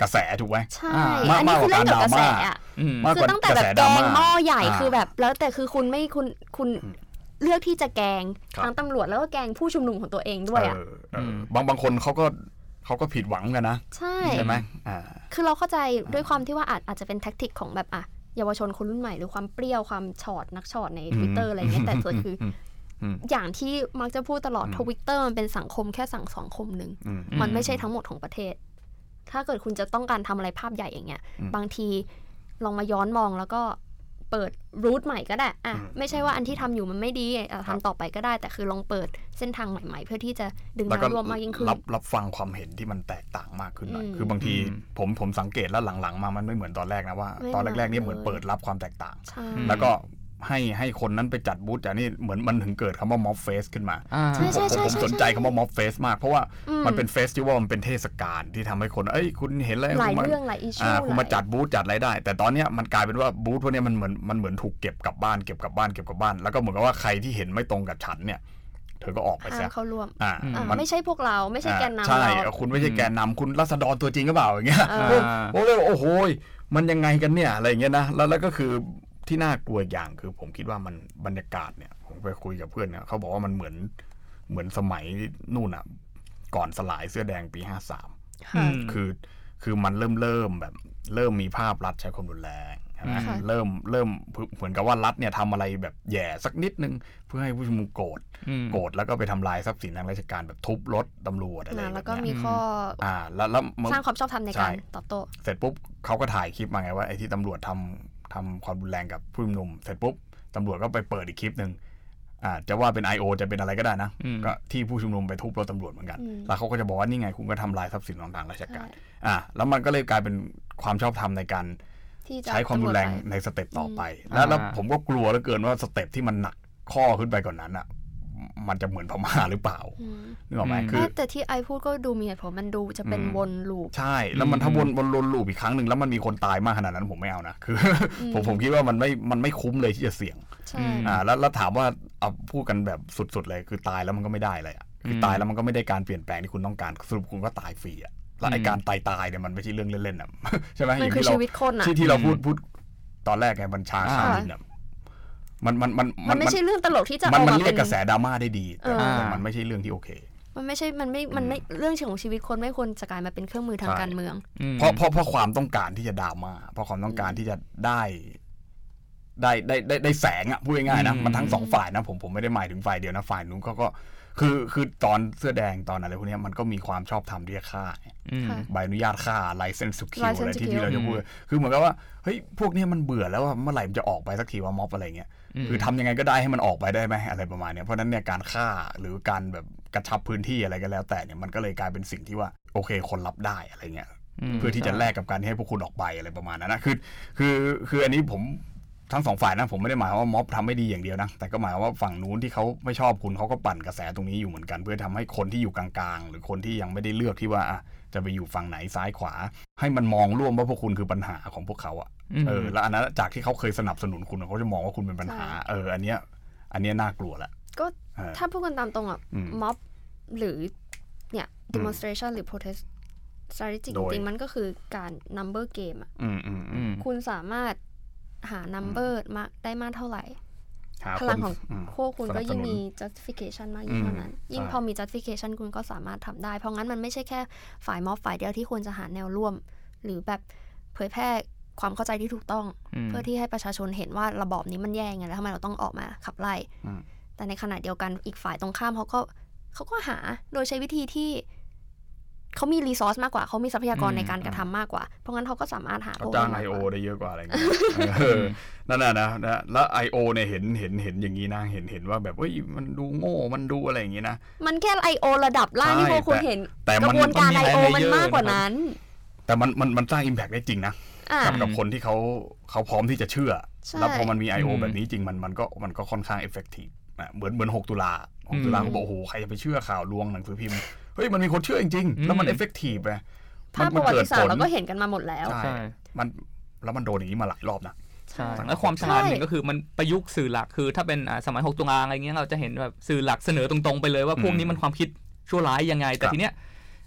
กระแสถูกไหมใช่อันนี้คือเล่นกับกระแสอ่ะคือตั้งแต่แบบแกงหม้อใหญ่คือแบบแล้วแต่คือคุณไม่คุณคุณเลือกที่จะแกงทั้งตำรวจแล้วก็แกงผู้ชุมนุมของตัวเองด้วยอ่ะบางบางคนเขาก็เขาก็ผิดหวังกันนะใช่ใช่ไหมอ่าคือเราเข้าใจด้วยความที่ว่าอาจอาจจะเป็นแท็กติกของแบบอ่ะเยาวชนคนรุ่นใหม่หรือความเปรี้ยวความช็อตนักช็อตใน Twitter อะไรเงี้ยแต่ส่วนคืออย่างที่มักจะพูดตลอด Twitter มันเป็นสังคมแค่สังสังคมนึงมันไม่ใช่ทั้งหมดของประเทศถ้าเกิดคุณจะต้องการทำอะไรภาพใหญ่อย่างเงี้ยบางทีลองมาย้อนมองแล้วก็เปิดรูทใหม่ก็ได้อ่ะไม่ใช่ว่าอันที่ทำอยู่มันไม่ดีทำต่อไปก็ได้แต่คือลองเปิดเส้นทางใหม่ๆเพื่อที่จะดึงแนวร่วมมากยิ่งขึ้นรับรับฟังความเห็นที่มันแตกต่างมากขึ้นหน่อยคือบางทีผมผมสังเกตแล้วหลังๆมามันไม่เหมือนตอนแรกนะว่าตอนแรกๆนี่เหมือนเปิดรับความแตกต่างแล้วก็ให้ให้คนนั้นไปจัดบูธแต่นี่เหมือนมันถึงเกิดคำว่าม็อบเฟสขึ้นมาผมผมสนใจคำว่าม็อบเฟสมากเพราะว่ามันเป็นเฟสที่ว่ามันเป็นเทศกาลที่ทำให้คนเอ้ยคุณเห็นอะไรหลายเรื่องหลายอิชชูคุณมาจัดบูธจัดอะไรได้แต่ตอนนี้มันกลายเป็นว่าบูธพวกนี้มันเหมือนมันเหมือนถูกเก็บกลับบ้านเก็บกลับบ้านเก็บกลับบ้านแล้วก็เหมือนกับว่าใครที่เห็นไม่ตรงกับฉันเนี่ยเธอก็ออกไปซะเขาร่วมอ่าไม่ใช่พวกเราไม่ใช่แกนนำเราใช่คุณไม่ใช่แกนนำคุณราษฎรตัวจริงก็เปล่าอย่างเงี้ยโอ้เลยโอ้โหมันยังไงกันเนี่ยอะไรอย่างเงี้ยนะแล้วแล้วก็คือที่น่ากลัวอย่างคือผมคิดว่ามันบรรยากาศเนี่ยผมไปคุยกับเพื่อนเนี่ยเขาบอกว่ามันเหมือนเหมือนสมัยนู่นอ่ะก่อนสลายเสื้อแดงปีห้าสามคือคือมันเริ่มเริ่มแบบเริ่มมีภาพรัฐใช้ความรุนแรงนะเริ่มเริ่มเหมือนกับว่ารัฐเนี่ยทำอะไรแบบแย่สักนิดนึงเพื่อให้ผู้ชุมนุมโกรธโกรธแล้วก็ไปทำลายทรัพย์สินทางราชการแบบทุบรถตำรวจอะไรแบบนี้แล้วก็มีข้ออ่าแล้วแล้วสร้างความชอบธรรมในการตอบโต้เสร็จปุ๊บเขาก็ถ่ายคลิปมาไงว่าไอ้ที่ตำรวจทำทำความรุนแรงกับผู้ชุมนุมเสร็จปุ๊บตำรวจก็ไปเปิดอีกคลิปนึงอ่าจะว่าเป็น ไอ โอ จะเป็นอะไรก็ได้นะก็ที่ผู้ชุมนุมไปทุบรถตำรวจเหมือนกันแล้วเขาก็จะบอกว่านี่ไงคุณก็ทำลายทรัพย์สินของทางราชการอ่าแล้วมันก็เลยกลายเป็นความชอบธรรมในการใช้ความรุนแรงในสเต็ปต่อไปแล้วแล้วผมก็กลัวเหลือเกินว่าสเต็ปที่มันหนักข้อขึ้นไปกว่านนั้นอ่ะมันจะเหมือนพม่าหรือเปล่านึกออกไหมคือแต่ที่ไอพูดก็ดูมีเหตุผลมันดูจะเป็นวนลูปใช่แล้วมันถ้าวนวนวนลูปอีกครั้งหนึ่งแล้วมันมีคนตายมากขนาดนั้นผมไม่เอานะคือผมผมคิดว่ามันไม่มันไม่คุ้มเลยที่จะเสี่ยงอ่าแล้วแล้วถามว่าเอาพูดกันแบบสุดๆเลยคือตายแล้วมันก็ไม่ได้เลยอ่ะคือตายแล้วมันก็ไม่ได้การเปลี่ยนแปลงที่คุณต้องการสรุปคุณก็ตายฟรีอ่ะแล้วไอ้การตายตายเนี่ยมันไม่ใช่เรื่องเล่นๆอ่ะใช่ไหมมันคือชีวิตคนอ่ะที่ที่เราพูดพูดตอนแรกไงบัญชาชาลินเนี่ยมันมันมันมันไม่ใช่เรื่องตลกที่จะมันมันเรียกกระแสดราม่าได้ดีแต่มันไม่ใช่เรื่องที่โอเคมันไม่ใช่มันไม่มันไม่เรื่องของชีวิตคนไม่ควรจะกลายมาเป็นเครื่องมือทางการเมืองเพราะเพราะเพราะความต้องการที่จะดราม่าเพราะความต้องการที่จะได้ได้ได้ได้ได้แสงอ่ะพูดง่ายๆนะมันทั้งสองฝ่ายนะผมผมไม่ได้หมายถึงฝ่ายเดียวนะฝ่ายนู้นเขาก็คือคือตอนเสื้อแดงตอนอะไรพวกนี้มันก็มีความชอบธรรมที่จะฆ่าใบอนุญาตฆ่าไลเซนส์สุคิวอะไรที่ที่เราจะพูดคือเหมือนกับว่าเฮ้ยพวกนี้มันเบื่อแล้วว่าเมื่อไหร่มันจะออกไปสักทีว่าม็อบอะไรเงี้ยคือทำยังไงก็ได้ให้มันออกไปได้ไหมอะไรประมาณนี้เพราะนั้นเนี่ยการฆ่าหรือการแบบกระชับพื้นที่อะไรก็แล้วแต่เนี่ยมันก็เลยกลายเป็นสิ่งที่ว่าโอเคคนรับได้อะไรเงี้ยเพื่อที่จะแลกกับการให้พวกคุณออกไปอะไรประมาณนั้นนะคือคือคืออันนี้ผมทั้งสองฝ่ายนะผมไม่ได้หมายว่าม็อบทำไม่ดีอย่างเดียวนะแต่ก็หมายว่าฝั่งนู้นที่เขาไม่ชอบคุณเขาก็ปั่นกระแสตรงนี้อยู่เหมือนกันเพื่อทำให้คนที่อยู่กลางๆหรือคนที่ยังไม่ได้เลือกที่ว่าจะไปอยู่ฝั่งไหนซ้ายขวาให้มันมองร่วมว่าพวกคุณคือปัญหาของพวกเขาอ่ะเออแล้วอันนั้นจากที่เขาเคยสนับสนุนคุณเขาจะมองว่าคุณเป็นปัญหาเอออันเนี้ยอันเนี้ยน่ากลัวละก็ถ้าพูดกันตามตรงอ่ะม็อบหรือเนี่ย demonstration หรือ protest strategy จริงๆมันก็คือการ number game อ่ะคุณสามารถหา number มาได้มากเท่าไหร่พลังของพวกคุณก็ยิ่งมี justification มากยิ่งเท่านั้นยิ่งพอมี justification คุณก็สามารถทำได้เพราะงั้นมันไม่ใช่แค่ฝ่ายม็อบฝ่ายเดียวที่ควรจะหาแนวร่วมหรือแบบเผยแพร่ความเข้าใจที่ถูกต้องเพื่อที่ให้ประชาชนเห็นว่าระบอบนี้มันแย่ไงแล้วทำไมเราต้องออกมาขับไล่แต่ในขณะเดียวกันอีกฝ่ายตรงข้ามเขาก็เขาก็หาโดยใช้วิธีที่เขามีรีซอสมากกว่าเขามีทรัพยากรในการกระทำมากกว่าเพราะงั้นเขาก็สามารถหาเขาจ้าง ไอ โอ ได้เยอะกว่าอะไรเงี้ยนั่นน่ะนะนะแล้ว ไอ โอ เนี่ยเห็นเห็นเห็นอย่างนี้นะเห็นเห็นว่าแบบเฮ้ยมันดูโง่มันดูอะไรอย่างงี้นะมันแค่ ไอ โอ ระดับล่างที่พวกคุณเห็นกระบวนการ ไอ โอ มันมากกว่านั้นแต่มันมันมันสร้าง impact ได้จริงนะกับกับคนที่เขาเขาพร้อมที่จะเชื่อแล้วพอมันมี ไอ โอ แบบนี้จริงมันมันก็มันก็ค่อนข้าง effective เหมือนเหมือนหกตุลาหกตุลาเขาบอกโอ้โหใครจะไปเชื่อข่าวลวงหนังสือพิมพ์เฮ้ยมันมีคนเชื่อจริงๆแล้วมัน effective ไงภาพประวัติศาสตร์เราก็เห็นกันมาหมดแล้วใช่มันแล้วมันโดนอย่างนี้มาหลายรอบนะใช่แล้วความฉลาดหนึ่งก็คือมันประยุกต์สื่อหลักคือถ้าเป็นสมัยหกตุลาอะไรเงี้ยเราจะเห็นแบบสื่อหลักเสนอตรงๆไปเลยว่าพวกนี้มันความคิดชั่วร้ายยังไงแต่ทีเนี้ย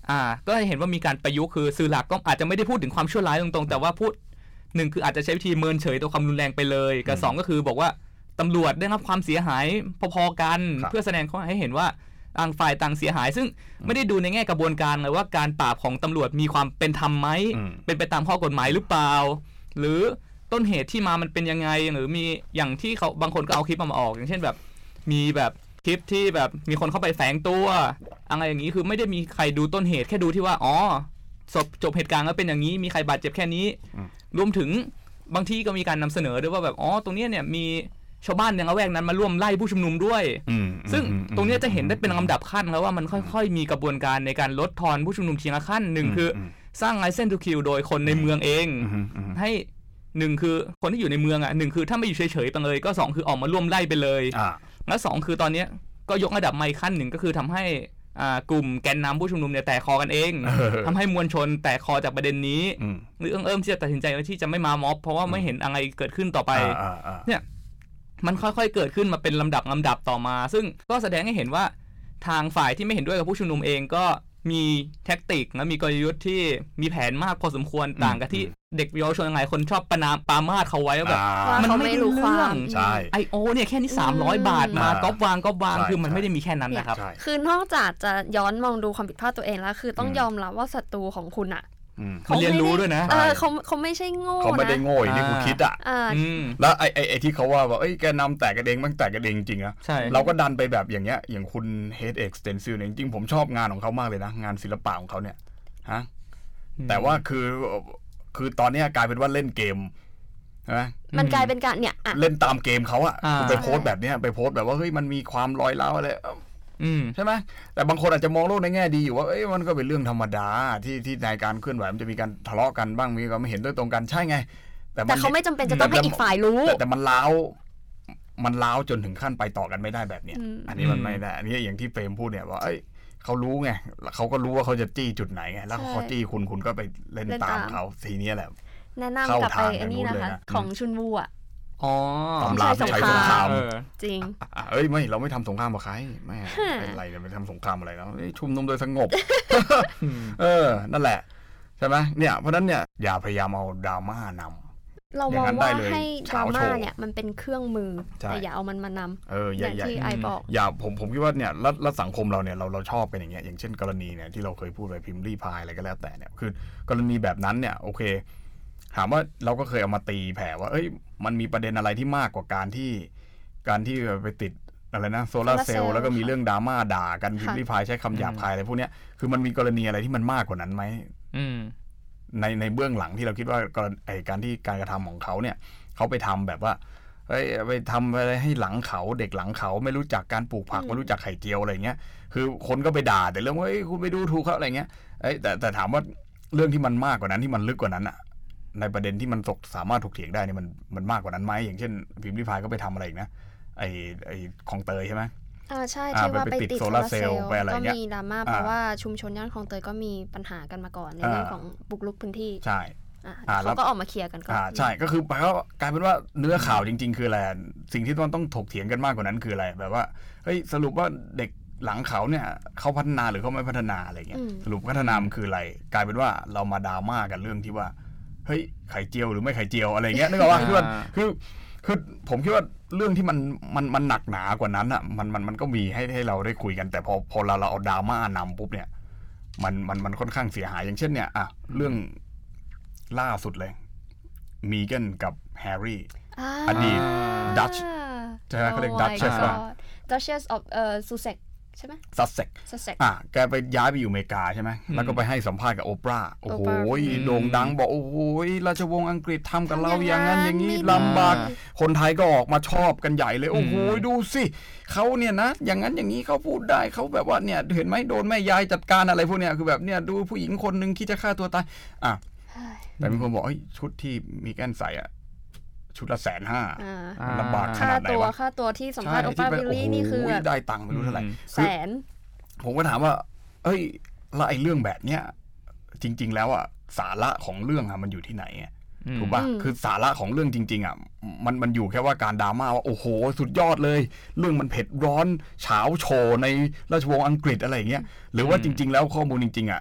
อ่าก็เห็นว่ามีการประยุกต์คือสื่อหลักก็อาจจะไม่ได้พูดถึงความชั่วร้ายตรงๆแต่ว่าพูดหนึ่งคืออาจจะใช้วิธีเมินเฉยตัวความรุนแรงไปเลยกับสองก็คือบอกว่าตำรวจได้รับความเสียหายพอๆกันเพื่อแสดงให้เห็นว่าต่างฝ่ายต่างเสียหายซึ่งไม่ได้ดูในแง่กระบวนการเลยว่าการปราบของตำรวจมีความเป็นธรรมไหมเป็นไปตามข้อกฎหมายหรือเปล่าหรือต้นเหตุที่มามันเป็นยังไงหรือมีอย่างที่เขาบางคนก็เอาคลิปมาออกอย่างเช่นแบบมีแบบคลิปที่แบบมีคนเข้าไปแฝงตัวอะไรอย่างนี้คือไม่ได้มีใครดูต้นเหตุแค่ดูที่ว่าอ๋อจบจบเหตุการณ์แล้วเป็นอย่างนี้มีใครบาดเจ็บแค่นี้รวมถึงบางที่ก็มีการนำเสนอด้วยว่าแบบอ๋อตรงนี้เนี่ยมีชาวบ้านในละแวกนั้นมาร่วมไล่ผู้ชุมนุมด้วยซึ่งตรงนี้จะเห็นได้เป็นลำดับขั้นแล้วว่ามันค่อยๆมีกระบวนการในการลดทอนผู้ชุมนุมทีละขั้นหนึ่งคือสร้าง license to kill โดยคนในเมืองเองให้หนึ่งคือคนที่อยู่ในเมืองอ่ะหนึ่งคือถ้าไม่อยู่เฉยๆไปเลยก็สองคือออกมาร่วมไล่ไปเลยและสองคือตอนนี้ก็ยกระดับมาอีกขั้นหนึ่งก็คือทำให้กลุ่มแกนนำผู้ชุมนุมเนี่ยแตกคอกันเองทำให้มวลชนแตกคอจากประเด็นนี้หรือเอิ่มที่จะตัดสินใจว่าที่จะไม่มาม็อบเพราะว่าไม่เห็นอะไรเกิดขึ้นต่อไปเนี่ยมันค่อยๆเกิดขึ้นมาเป็นลำดับลำดับต่อมาซึ่งก็แสดงให้เห็นว่าทางฝ่ายที่ไม่เห็นด้วยกับผู้ชุมนุมเองก็มีแท็กติกและมีกลยุทธ์ที่มีแผนมากพอสมควรต่างกับที่เด็กเยาวชนหลายคนชอบประนามปามาสเขาไว้ว่าแบบมันไม่รู้เรื่องไอโอเนี่ยแค่นี้สามร้อยบาทมาก๊อปวางก๊อปวางคือมันไม่ได้มีแค่นั้นนะครับคือนอกจากจะย้อนมองดูความผิดพลาดตัวเองแล้วคือต้องยอมรับว่าศัตรูของคุณอ่ะเขาเรียนรู้ด้วยนะเออเขาเขาไม่ใช่โง่นะเขาไม่ได้โง่อย่างที่คุณคิดอ่ะแล้วไอไอไอที่เขาว่าว่าเอ้ยแกนำแตกกันเองมันแตกกันเองจริงๆนะเราก็ดันไปแบบอย่างเงี้ยอย่างคุณ Head X Stencil เนี่ยจริงๆผมชอบงานของเขามากเลยนะงานศิลปะของเขาเนี่ยฮะแต่ว่าคือคือตอนนี้กลายเป็นว่าเล่นเกมใช่ไหมมันกลายเป็นการเนี่ยเล่นตามเกมเขาอะไปโพสแบบเนี้ยไปโพสแบบว่าเฮ้ยมันมีความลอยล้าวอะไรใช่ไหมแต่บางคนอาจจะมองโลกในแง่ดีอยู่ว่าเอ้ยมันก็เป็นเรื่องธรรมดาที่ที่ในการเคลื่อนไหวมันจะมีการทะเลาะกันบ้างมีก็ไม่เห็นด้วยตรงกันใช่ไงแต่แต่เขาไม่จำเป็นจะต้องให้อีกฝ่ายรู้แต่แต่มันล้าวมันล้าวจนถึงขั้นไปต่อกันไม่ได้แบบเนี้ยอันนี้มันไม่ได้อันนี้อย่างที่เฟรมพูดเนี่ยว่าเอ้ยเขารู้ไงเขาก็รู้ว่าเขาจะจี้จุดไหนไงแล้วเขาจี้คุณคุณก็ไปเล่นตามเขาทีนี้แหละแนะนำกลับไปอันนี้นะคะของชุนวูอ่ะอ๋อตำราใช้สงครามจริงเอ้ยไม่เราไม่ทำสงครามกับใครไม่เป็นไรเนี่ยไม่ทำสงครามอะไรแล้วชุมนุมโดยสงบเออนั่นแหละใช่ไหมเนี่ยเพราะนั้นเนี่ยอย่าพยายามเอาดราม่านำเรามองว่าให้ดราม่าเนี่ยมันเป็นเครื่องมือแต่อย่าเอามันมานำเอออย่างที่ไอบอกอย่าผมผมคิดว่าเนี่ยแล้วสังคมเราเนี่ยเราเราชอบเป็นอย่างเงี้ยอย่างเช่นกรณีเนี่ยที่เราเคยพูดไปพิมพ์รีพายอะไรก็แล้วแต่เนี่ยคือกรณีแบบนั้นเนี่ยโอเคถามว่าเราก็เคยเอามาตีแผ่ว่าเอ้ยมันมีประเด็นอะไรที่มากกว่าการที่การที่ไปติดอะไรนะโซลาร์เซลล์แล้วก็มีเรื่องดราม่าด่ากันพิมพ์รีพายใช้คำหยาบคายอะไรพวกเนี้ยคือมันมีกรณีอะไรที่มันมากกว่านั้นไหมในในเบื้องหลังที่เราคิดว่าไอการที่การกระทำของเขาเนี่ยเขาไปทำแบบว่าเฮ้ยไปทำอะไรให้หลังเขาเด็กหลังเขาไม่รู้จักการปลูกผักไม่รู้จักไข่เจียวอะไรเงี้ยคือคนก็ไปด่าแต่เรื่องว่าเฮ้ยคุณไปดูถูกเขาอะไรเงี้ยเอ้ยแต่แต่ถามว่าเรื่องที่มันมากกว่านั้นที่มันลึกกว่านั้นอะในประเด็นที่มันสามารถถกเถียงได้เนี่ยมันมันมากกว่านั้นไหมอย่างเช่นพิมพ์ริพายก็ไปทำอะไรอีกนะไอไอคลองเตยใช่ไหมอ่าใช่ที่ว่าไปติดโซลาร์เซลล์ก็มีดราม่าเพราะว่าชุมชนย่านคลองเตยก็มีปัญหากันมาก่อนในเรื่องของบุกรุกพื้นที่ใช่เขาก็ออกมาเคลียร์กันก่อนใช่ก็คือแปลว่ากลายเป็นว่าเนื้อข่าวจริงๆคืออะไรสิ่งที่ต้องต้องถกเถียงกันมากกว่านั้นคืออะไรแบบว่าเฮ้ยสรุปว่าเด็กหลังเขาเนี่ยเขาพัฒนาหรือเขาไม่พัฒนาอะไรเงี้ยสรุปพัฒนามันคืออะไรกลายเป็นว่าเรามาดราม่ากันเรื่องที่ว่าเฮ้ยไข่เจียวหรือไม่ไข่เจียวอะไรเงี้ยนึกออกว่าคือคือคือผมคิดว่าเรื่องที่มันมันมันหนักหนากว่านั้นอ่ะมันมันมันก็มีให้ให้เราได้คุยกันแต่พอพอเราเราเอาดราม่านำปุ๊บเนี่ยมันมันมันค่อนข้างเสียหายอย่างเช่นเนี่ยอ่ะเรื่องล่าสุดเลยมีแกนกับแฮร์รี่อดีตดัชใช่ไหมเขาเรียกดัชเชสว่า Duchess of เอ่อ Sussexใช่ไหมซัสเซ็กอ่ะแกไปย้ายไปอยู่อเมริกาใช่ไหมแล้วก็ไปให้สัมภาษณ์กับโอปราโอ้โหโด่งดังบอกโอ้โหราชวงศ์อังกฤษทำกับเราอย่างนั้นอย่างนี้ลำบากคนไทยก็ออกมาชอบกันใหญ่เลยโอ้โหดูสิเขาเนี่ยนะอย่างนั้นอย่างนี้เขาพูดได้เขาแบบว่าเนี่ยเห็นไหมโดนแม่ยายจัดการอะไรพวกเนี้ยคือแบบเนี่ยดูผู้หญิงคนนึงคิดจะฆ่าตัวตายอ่ะแต่มีคนบอกเฮ้ยชุดที่มีแกนใส่อ่ะชุดละแสนห้าลำบากขนาดไหนวะค่าตัวที่สัมภาษณ์โอปราวิลลี่นี่คือได้ตังค์ไม่รู้เท่าไหร่แสนผมก็ถามว่าเอ้ยแล้วไอ้เรื่องแบบเนี้ยจริงๆแล้วอ่ะสาระของเรื่องอ่ะมันอยู่ที่ไหนถูกป่ะคือสาระของเรื่องจริงๆอ่ะมันมันอยู่แค่ว่าการดราม่าว่าโอ้โหสุดยอดเลยเรื่องมันเผ็ดร้อนเฉาโชว์ในราชวงศ์อังกฤษอะไรอย่างเงี้ยหรือว่าจริงๆแล้วข้อมูลจริงๆอ่ะ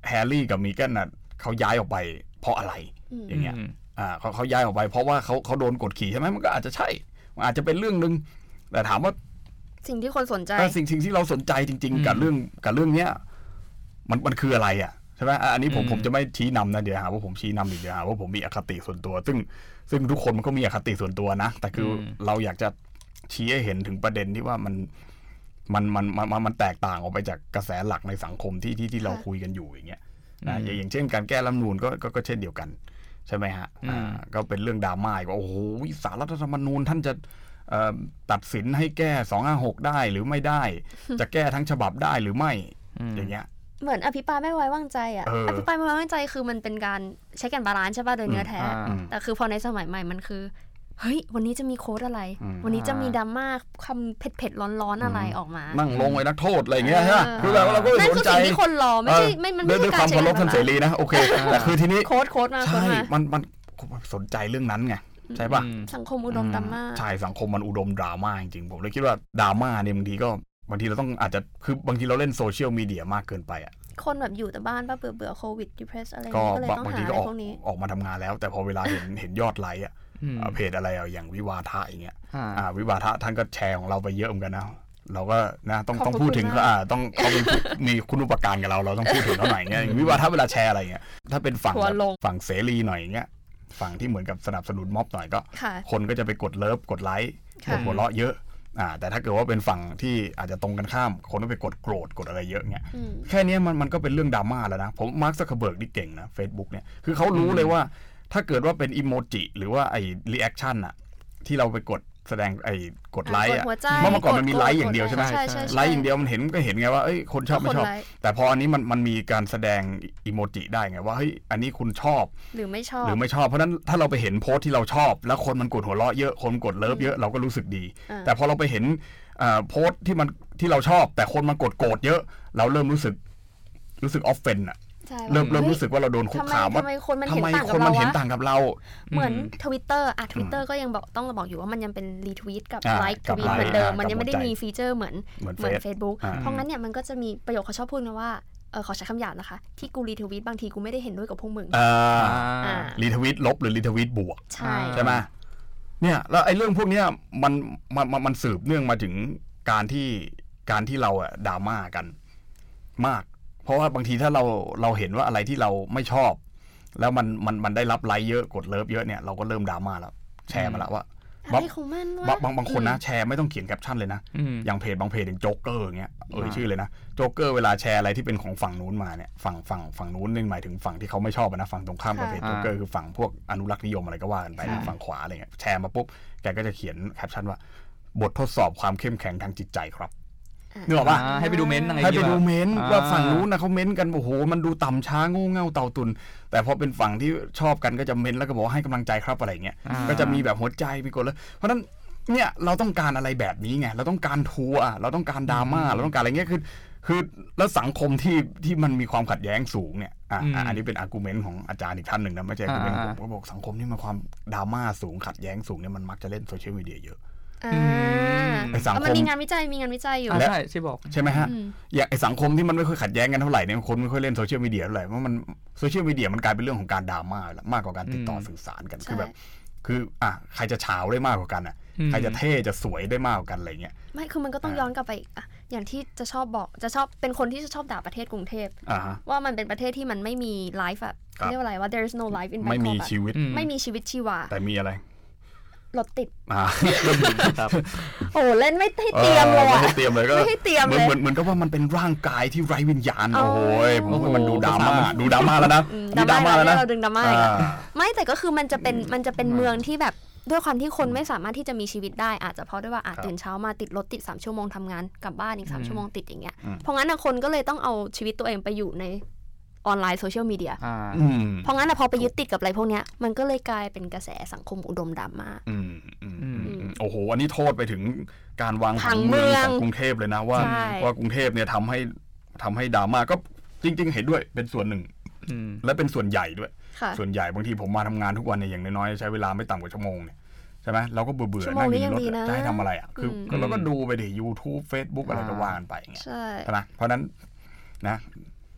แฮร์รี่กับมีแกนน่ะเขาย้ายออกไปเพราะอะไรอย่างเงี้ยอ่าเขาเขาย้ายออกไปเพราะว่าเขาเขาโดนกดขี่ใช่ไหมมันก็อาจจะใช่มันอาจจะเป็นเรื่องนึงแต่ถามว่าสิ่งที่คนสนใจสิ่งสิ่งที่เราสนใจจริงๆกับเรื่องกับเรื่องเนี้ยมันมันคืออะไรอ่ะใช่ไหมอันนี้ผมผมจะไม่ชี้นำนะเดี๋ยวหาว่าผมชี้นำอีกเดี๋ยวหาว่าผมมีอคติส่วนตัวซึ่งซึ่งทุกคนมันก็มีอคติส่วนตัวนะแต่คือเราอยากจะชี้ให้เห็นถึงประเด็นที่ว่ามันมันมันมันมันแตกต่างออกไปจากกระแสหลักในสังคมที่ที่ที่เราคุยกันอยู่อย่างเงี้ยนะอย่างเช่นการแก้รัฐธรรมนูญก็ก็เช่นเดียวกันใช่ไหมฮะอ่าก็เป็นเรื่องดราม่าว่าโอ้โหศาลรัฐธรรมนูญท่านจะตัดสินให้แก้สองห้าหกได้หรือไม่ได้จะแก้ทั้งฉบับได้หรือไม่อย่างเงี้ยเหมือนอภิปรายไม่ไว้วางใจอ่ะ อภิปรายไม่ไว้วางใจคือมันเป็นการใช้กันบาลานซ์ใช่ป่ะโดยเนื้อแท้แต่คือพอในสมัยใหม่มันคือเฮ้ยวันนี้จะมีโค้ดอะไรวันนี้จะมีดราม่าคำเผ็ดๆร้อนๆอะไรออกมานั่งลงไอ้นักโทษอะไรอย่างเงี้ยใช่คือแบบเราก็สนใจนั่นคือสิ่งที่คนรอไม่ใช่ไม่มันไม่ใช่การใช้ความเคารพท่านเสรีนะโอเคแต่คือทีนี้โค้ดโค้ดมาใช่มันมันสนใจเรื่องนั้นไงใช่ป่ะสังคมอุดมดราม่าใช่สังคมมันอุดมดราม่าจริงๆผมเลยคิดว่าดราม่าเนี่ยบางทีก็บางทีเราต้องอาจจะคือบางทีเราเล่นโซเชียลมีเดียมากเกินไปอ่ะคนแบบอยู่แต่บ้านป่ะเบื่อเบื่อโควิดดิเพรสอะไรก็เลยต้องหาอะไรพวกนี้ออกมาทำงานแล้วแต่พอเวลาเห็นเห็นยอดไลค์อ่ะเพจอะไรอย่างวิวาทะอย่างเงี้ยวิวาทะท่านก็แชร์ของเราไปเยอะเหมือนกันนะเราก็นะต้องต้องพูดถึงเขาอ่าต้องเขามีคุณอุปการกับเราเราต้องพูดถึงเขาหน่อยเงี้ยวิวาทะเวลาแชร์อะไรเงี้ยถ้าเป็นฝั่งฝั่งเสรีหน่อยเงี้ยฝั่งที่เหมือนกับสนับสนุนม็อบหน่อยก็คนก็จะไปกดเลิฟกดไลค์กดหัวเราะเยอะอ่าแต่ถ้าเกิดว่าเป็นฝั่งที่อาจจะตรงกันข้ามคนก็ไปกดโกรธกดอะไรเยอะเงี้ยแค่นี้มันมันก็เป็นเรื่องดราม่าแล้วนะผมมาร์คซักเคอร์เบิร์กนี่เก่งนะ Facebook เนี่ยคือเขารู้เลยว่าถ้าเกิดว่าเป็นอีโมจิหรือว่าไอ้รีแอคชั่นอะที่เราไปกดแสดงไอ้กดไลค์อะเมื่อก่อนมันมีไลค์อย่างเดียวใช่ไหมไลค์อย่างเดียวมันเห็นก็เห็นไงว่าเอ้ยคนชอบไม่ชอบแต่พออันนี้มันมันมีการแสดงอีโมจิได้ไงว่าเฮ้ยอันนี้คุณชอบหรือไม่ชอบหรือไม่ชอบเพราะนั้นถ้าเราไปเห็นโพสที่เราชอบแล้วคนมันกดหัวเราะเยอะคนกดเลิฟเยอะเราก็รู้สึกดีแต่พอเราไปเห็นโพสที่มันที่เราชอบแต่คนมันกดโกรธเยอะเราเริ่มรู้สึกรู้สึกออฟเฟนอะเริ่มเริ่มรู้สึกว่าเราโดนคุกคามว่าทำไมคนมันเห็นต่างกับเราเหมือน Twitter อ่ะ Twitter ก็ยังบอกต้องบอกอยู่ว่ามันยังเป็นรีทวีตกับไลค์ทวีตเหมือนเดิมมันยังไม่ได้มีฟีเจอร์เหมือนเหมือน Facebook เพราะงั้นเนี่ยมันก็จะมีประโยคเขาชอบพูดนะว่าเออขอใช้คำหยาบนะคะที่กูรีทวีตบางทีกูไม่ได้เห็นด้วยกับพวกมึงรีทวีตลบหรือรีทวีตบวกใช่ใช่ไหมเนี่ยแล้วไอ้เรื่องพวกนี้มันมันมันสืบเนื่องมาถึงการที่การที่เราอะดราม่ากันมากเพราะว่าบางทีถ้าเราเราเห็นว่าอะไรที่เราไม่ชอบแล้วมันมันมันได้รับไลค์เยอะกดเลิฟเยอะเนี่ยเราก็เริ่มดราม่าแล้วแชร์มาแล้วว่าบางบางบางคนนะแชร์ไม่ต้องเขียนแคปชั่นเลยนะอย่างเพจบางเพจอย่างโจ๊กเกอร์เงี้ยเอ่ยชื่อเลยนะโจ๊กเกอร์เวลาแชร์อะไรที่เป็นของฝั่งนู้นมาเนี่ยฝั่งฝั่งฝั่งนู้นนี่หมายถึงฝั่งที่เขาไม่ชอบนะฝั่งตรงข้ามกับเพจโจ๊กเกอร์คือฝั่งพวกอนุรักษ์นิยมอะไรก็ว่ากันไปนะฝั่งขวาอะไรเงี้ยแชร์มาปุ๊บแกก็จะเขียนแคปชั่นว่าบททดสอบความเข้มแข็งทางจิตใจครับนึกออกป่ะให้ไปดูเม้นต์อะไรให้ไปดูเม้นต์ว่าฝั่งนู้นนะเขาเม้นต์กันโอ้โหมันดูต่ำช้าโง่เง่าเต่าตุนแต่พอเป็นฝั่งที่ชอบกันก็จะเม้นต์แล้วก็บอกให้กำลังใจครับอะไรเงี้ยก็จะมีแบบหัวใจมีกดเลยเพราะนั้นเนี่ยเราต้องการอะไรแบบนี้ไงเราต้องการทัวร์เราต้องการดราม่าเราต้องการอะไรเงี้ยคือคือแล้วสังคมที่ที่มันมีความขัดแย้งสูงเนี่ยอ่าอันนี้เป็นอาร์กิวเมนต์ของอาจารย์อีกท่านหนึ่งนะไม่ใช่อาร์กิวเมนต์ผมก็บอกสังคมที่มีความดราม่าสูงขัดแย้งสูงเนี่ยมันมักจะเล่นโซเชียลมีเดียเยอะไอ้สังคมมันมีงานวิจัยมีงานวิจัยอยู่ใช่ใช่บอกใช่ไหมฮะอย่างไอ้สังคมที่มันไม่ค่อยขัดแย้งกันเท่าไหร่เนี่ยคนไม่ค่อยเล่นโซเชียลมีเดียเท่าไหร่เพราะมันโซเชียลมีเดียมันกลายเป็นเรื่องของการดราม่ามากกว่าการติดต่อสื่อสารกันคือแบบคืออ่ะใครจะเฉาได้มากกว่ากันอ่ะใครจะเท่จะสวยได้มากกว่ากันอะไรเงี้ยไม่คือมันก็ต้องย้อนกลับไปอ่ะอย่างที่จะชอบบอกจะชอบเป็นคนที่จะชอบด่าประเทศกรุงเทพว่ามันเป็นประเทศที่มันไม่มีไลฟ์อะเรียกว่าอะไรว่า there is no life in Bangkok ไม่มีชีวิตไม่มีชีวิตชีวาแต่มีอะไรรถติดอ่าโอ้เล่นไม่ให้เตรียมเลยไม่ให้เตรียมเลยก็ไม่ให้เตรียมเลยเหมือนเหมือนก็ว่ามันเป็นร่างกายที่ไร้วิญญาณโอ้โหผมว่ามันดูดราม่าดูดราม่าแล้วนะดูดราม่าแล้วนะเราดึงดราม่าไม่แต่ก็คือมันจะเป็นมันจะเป็นเมืองที่แบบด้วยความที่คนไม่สามารถที่จะมีชีวิตได้อาจจะเพราะด้วยว่าอาจตื่นเช้ามาติดรถติดสามชั่วโมงทำงานกลับบ้านอีกสามชั่วโมงติดอย่างเงี้ยเพราะงั้นคนก็เลยต้องเอาชีวิตตัวเองไปอยู่ในออนไลน์โซเชียลมีเดียเพราะงั้นพอไปยึดติดกับอะไรพวกเนี้ยมันก็เลยกลายเป็นกระแสสังคมอุดมดราม่าโอ้โหอันนี้โทษไปถึงการวางผังเมืองของกรุงเทพเลยนะว่าว่ากรุงเทพเนี่ยทำให้ทำให้ดราม่าก็จริงๆเห็นด้วยเป็นส่วนหนึ่งและเป็นส่วนใหญ่ด้วยส่วนใหญ่บางทีผมมาทำงานทุกวันเนี่ยอย่างน้อยๆใช้เวลาไม่ต่ำกว่าชั่วโมงเนี่ยใช่ไหมเราก็เบื่อเบื่อนั่งอยู่รถจะให้ทำอะไรอ่ะคือเราก็ดูไปดิ YouTube Facebook อะไรก็ว่ากันไปอย่างเงี้ยใช่ไหมเพราะนั้นนะ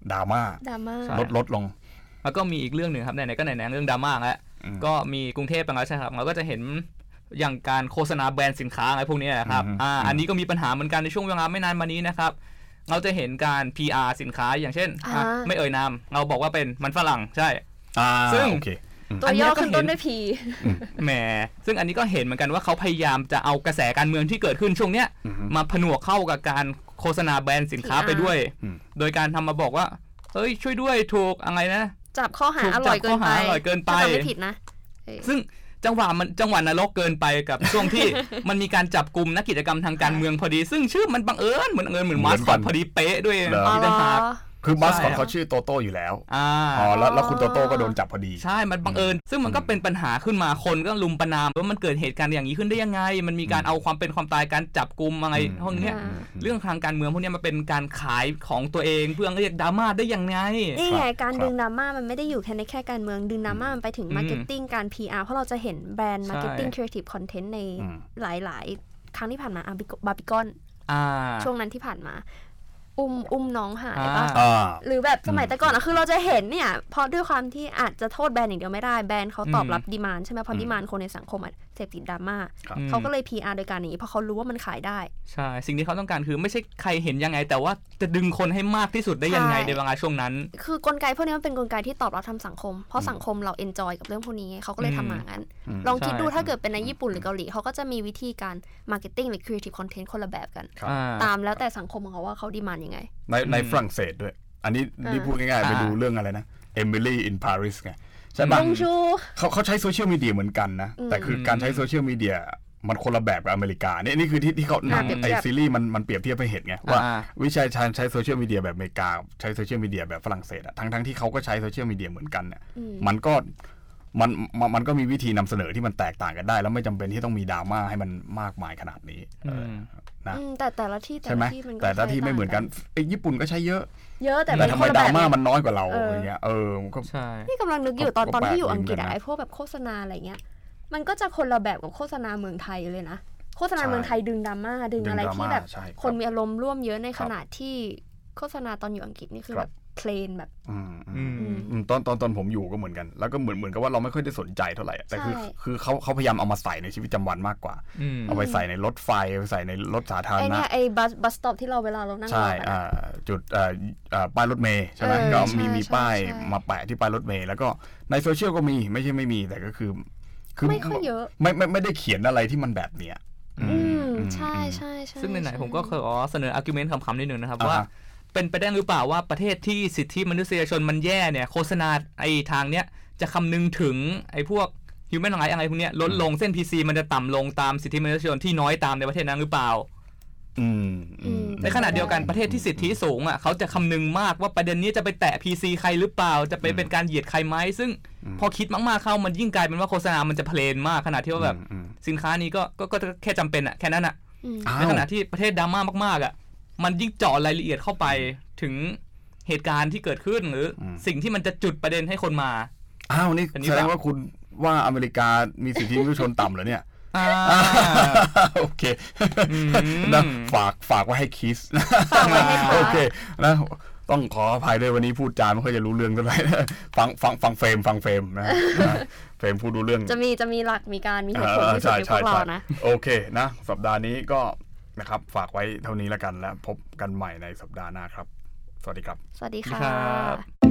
ดราม่าดราม่าลดลดลงแล้วก็มีอีกเรื่องหนึ่งครับไหนๆก็ไหนๆเรื่องดราม่าแล้วก็มีกรุงเทพเป็นไงใช่ครับเราก็จะเห็นอย่างการโฆษณาแบรนด์สินค้าอะไรพวกนี้นะครับอ่าอันนี้ก็มีปัญหาเหมือนกันในช่วงเวลาไม่นานมานี้นะครับเราจะเห็นการ พี อาร์ สินค้าอย่างเช่นไม่เอ่ยนามเราบอกว่าเป็นมันฝรั่งใช่ซึ่งตัวย่อขึ้นต้นด้วย P แหมซึ่งอันนี้ก็เห็นเหมือนกันว่าเขาพยายามจะเอากระแสการเมืองที่เกิดขึ้นช่วงเนี้ยมาผนวกเข้ากับการโฆษณาแบรนด์สินค้าไปด้วยโดยการทำมาบอกว่าเฮ้ยช่วยด้วยถูกอะไรนะจับข้อหาอร่อยเกินไปอร่อยเกินไปไม่ผิดนะซึ่งจังหวะมันจังหวะนรกเกินไปกับช่วงที่มันมีการจับกลุ่มนักกิจกรรมทางการเมืองพอดีซึ่งชื่อมันบังเอิญเหมือนเอิญเหมือนมาสคอตพอดีเป๊ะด้วยต่างหากคือมาสคอตเขาชื่อโตโต้อยู่แล้วอ๋อแล้วแล้วคุณโตโต้ก็โดนจับพอดีใช่มันบังเอิญซึ่งมันก็เป็นปัญหาขึ้นมาคนก็ลุมประณามว่ามันเกิดเหตุการณ์อย่างนี้ขึ้นได้ยังไงมันมีการเอาความเป็นความตายการจับกุมอะไรพวกนี้เรื่องทางการเมืองพวกนี้มันเป็นการขายของตัวเองเพื่อเรียกดราม่าได้ยังไงนี่ไงการดึงดราม่ามันไม่ได้อยู่แค่ในแค่การเมืองดึงดราม่ามันไปถึงมาร์เก็ตติ้งการ พี อาร์ เพราะเราจะเห็นแบรนด์มาร์เก็ตติ้งครีเอทีฟคอนเทนต์ในหลายๆครั้งที่ผ่านมาบาร์บีคอนช่วงนั้นที่ผ่านมาอุ้มอุ้มน้องหายป่ะหรือแบบสมัยแต่ก่อนอะคือเราจะเห็นเนี่ยเพราะด้วยความที่อาจจะโทษแบรนด์อย่างเดียวไม่ได้แบรนด์เขาตอบรับดีมานด์ใช่ไหมพอดีมานด์คนในสังคมอะเสพติดดราม่าเขาก็เลย พี อาร์ โดยการนี้เพราะเขารู้ว่ามันขายได้ใช่สิ่งที่เขาต้องการคือไม่ใช่ใครเห็นยังไงแต่ว่าจะดึงคนให้มากที่สุดได้ยังไงในบางช่วงนั้นคือกลไกพวกนี้มันเป็นกลไกที่ตอบรับทำสังคมเพราะสังคมเราเอนจอยกับเรื่องพวกนี้เขาก็เลยทำมางั้นลองคิดดูถ้าเกิดเป็นในญี่ปุ่นหรือเกาหลีเขาก็จะมีวิธีการมาร์เก็ตติ้งหรือครีเอทีฟคอนเทนต์คนละแบบกันตามแล้วแต่สังคมของเขาว่าเขาดีมานด์ยังไงในในฝรั่งเศสด้วยอันนี้นี่พูดง่ายๆไปดูเรื่องอะไรนะ Emily in Paris ไงใช่ป่ะเขาเขาใช้โซเชียลมีเดียเหมือนกันนะแต่คือการใช้โซเชียลมีเดียมันคนละแบบกับอเมริกาเนี่ยนี่คือที่ที่เขาหนังไอซีรีส์มันมันเปรียบเทียบให้เห็นไงว่าวิชัยชันใช้โซเชียลมีเดียแบบอเมริกาใช้โซเชียลมีเดียแบบฝรั่งเศสอะทั้งทั้งที่เขาก็ใช้โซเชียลมีเดียเหมือนกันเนี่ยมันก็มันมันก็มีวิธีนำเสนอที่มันแตกต่างกันได้แล้วไม่จำเป็นที่ต้องมีดราม่าให้มันมากมายขนาดนี้นะแต่แต่ละที่แต่ละที่มันก็แต่ละที่ไม่เหมือนกันไอ้ญี่ปุ่นก็ใช้เยอะเยอะแต่ทำไมดราม่ามันน้อยกว่าเราอย่างเงี้ยเออก็นี่กำลังนึกอยู่ตอนตอนที่อยู่อังกฤษไอ้พวกแบบโฆษณาอะไรเงี้ยมันก็จะคนละแบบกับโฆษณาเมืองไทยเลยนะโฆษณาเมืองไทยดึงดราม่าดึงอะไรที่แบบคนมีอารมณ์ร่วมเยอะในขณะที่โฆษณาตอนอยู่อังกฤษนี่คือแบบเพลนแบบตอนตอนตอนผมอยู่ก็เหมือนกันแล้วก็เหมือนเหมือนกับว่าเราไม่ค่อยได้สนใจเท่าไหร่แต่คือคือเขาเขาพยายามเอามาใส่ในชีวิตประจำวันมากกว่าเอาไปใส่ในรถไฟไปใส่ในรถสาธารณะไอ้เนี่ยไอ้บัสบัสสต็อปที่เราเวลาเรานั่งรอใช่จุดป้ายรถเมล์ใช่ไหมก็มีมีป้ายมาแปะที่ป้ายรถเมล์แล้วก็ในโซเชียลก็มีไม่ใช่ไม่มีแต่ก็คือคือไม่ค่อยเยอะไม่ไม่ไม่ได้เขียนอะไรที่มันแบบเนี้ยอืมใช่ใช่ใช่ซึ่งไหนๆผมก็ขอเสนออาร์กิวเมนต์คำๆนิดนึงนะครับว่าเป็นไปได้หรือเปล่าว่าประเทศที่สิทธิมนุษยชนมันแย่เนี่ยโฆษณาไอ้ทางเนี้ยจะคำนึงถึงไอ้พวก human rights อะไรพวกเนี้ยลดลงเส้น พี ซี มันจะต่ำลงตามสิทธิมนุษยชนที่น้อยตามในประเทศนั้นหรือเปล่าในขณะเดียวกันประเทศที่สิทธิสูงอ่ะเขาจะคำนึงมากว่าประเด็นนี้จะไปแตะ พี ซี ใครหรือเปล่าจะไปเป็นการเหยียดใครไหมซึ่งพอคิดมากๆเข้ามันยิ่งกลายเป็นว่าโฆษณามันจะเพลนมากขนาดที่ว่าแบบสินค้านี้ก็ก็แค่จำเป็นอ่ะแค่นั้นอ่ะในขณะที่ประเทศดราม่ามากๆอ่ะมันยิ่งเจาะรายละเอียดเข้าไปถึงเหตุการณ์ที่เกิดขึ้นหรือสิ่งที่มันจะจุดประเด็นให้คนมาอ้าวนี่แสดงว่าคุณว่าอเมริกามีสิทธิมนุษยชนต่ำเหรอเนี่ยโอเคนะฝากฝากไว้ให้คิสโอเคนะต้องขออภัยด้วยวันนี้พูดจาไม่ค่อยจะรู้เรื่องเท่าไหร่ฟังฟังฟังเฟรมฟังเฟรมนะเฟรมพูดรู้เรื่องจะมีจะมีหลักมีการมีเหตุผลที่สุดในพวกเรานะโอเคนะสัปดาห์นี้ก็นะครับฝากไว้เท่านี้แล้วกันแล้วพบกันใหม่ในสัปดาห์หน้าครับสวัสดีครับสวัสดีค่ะ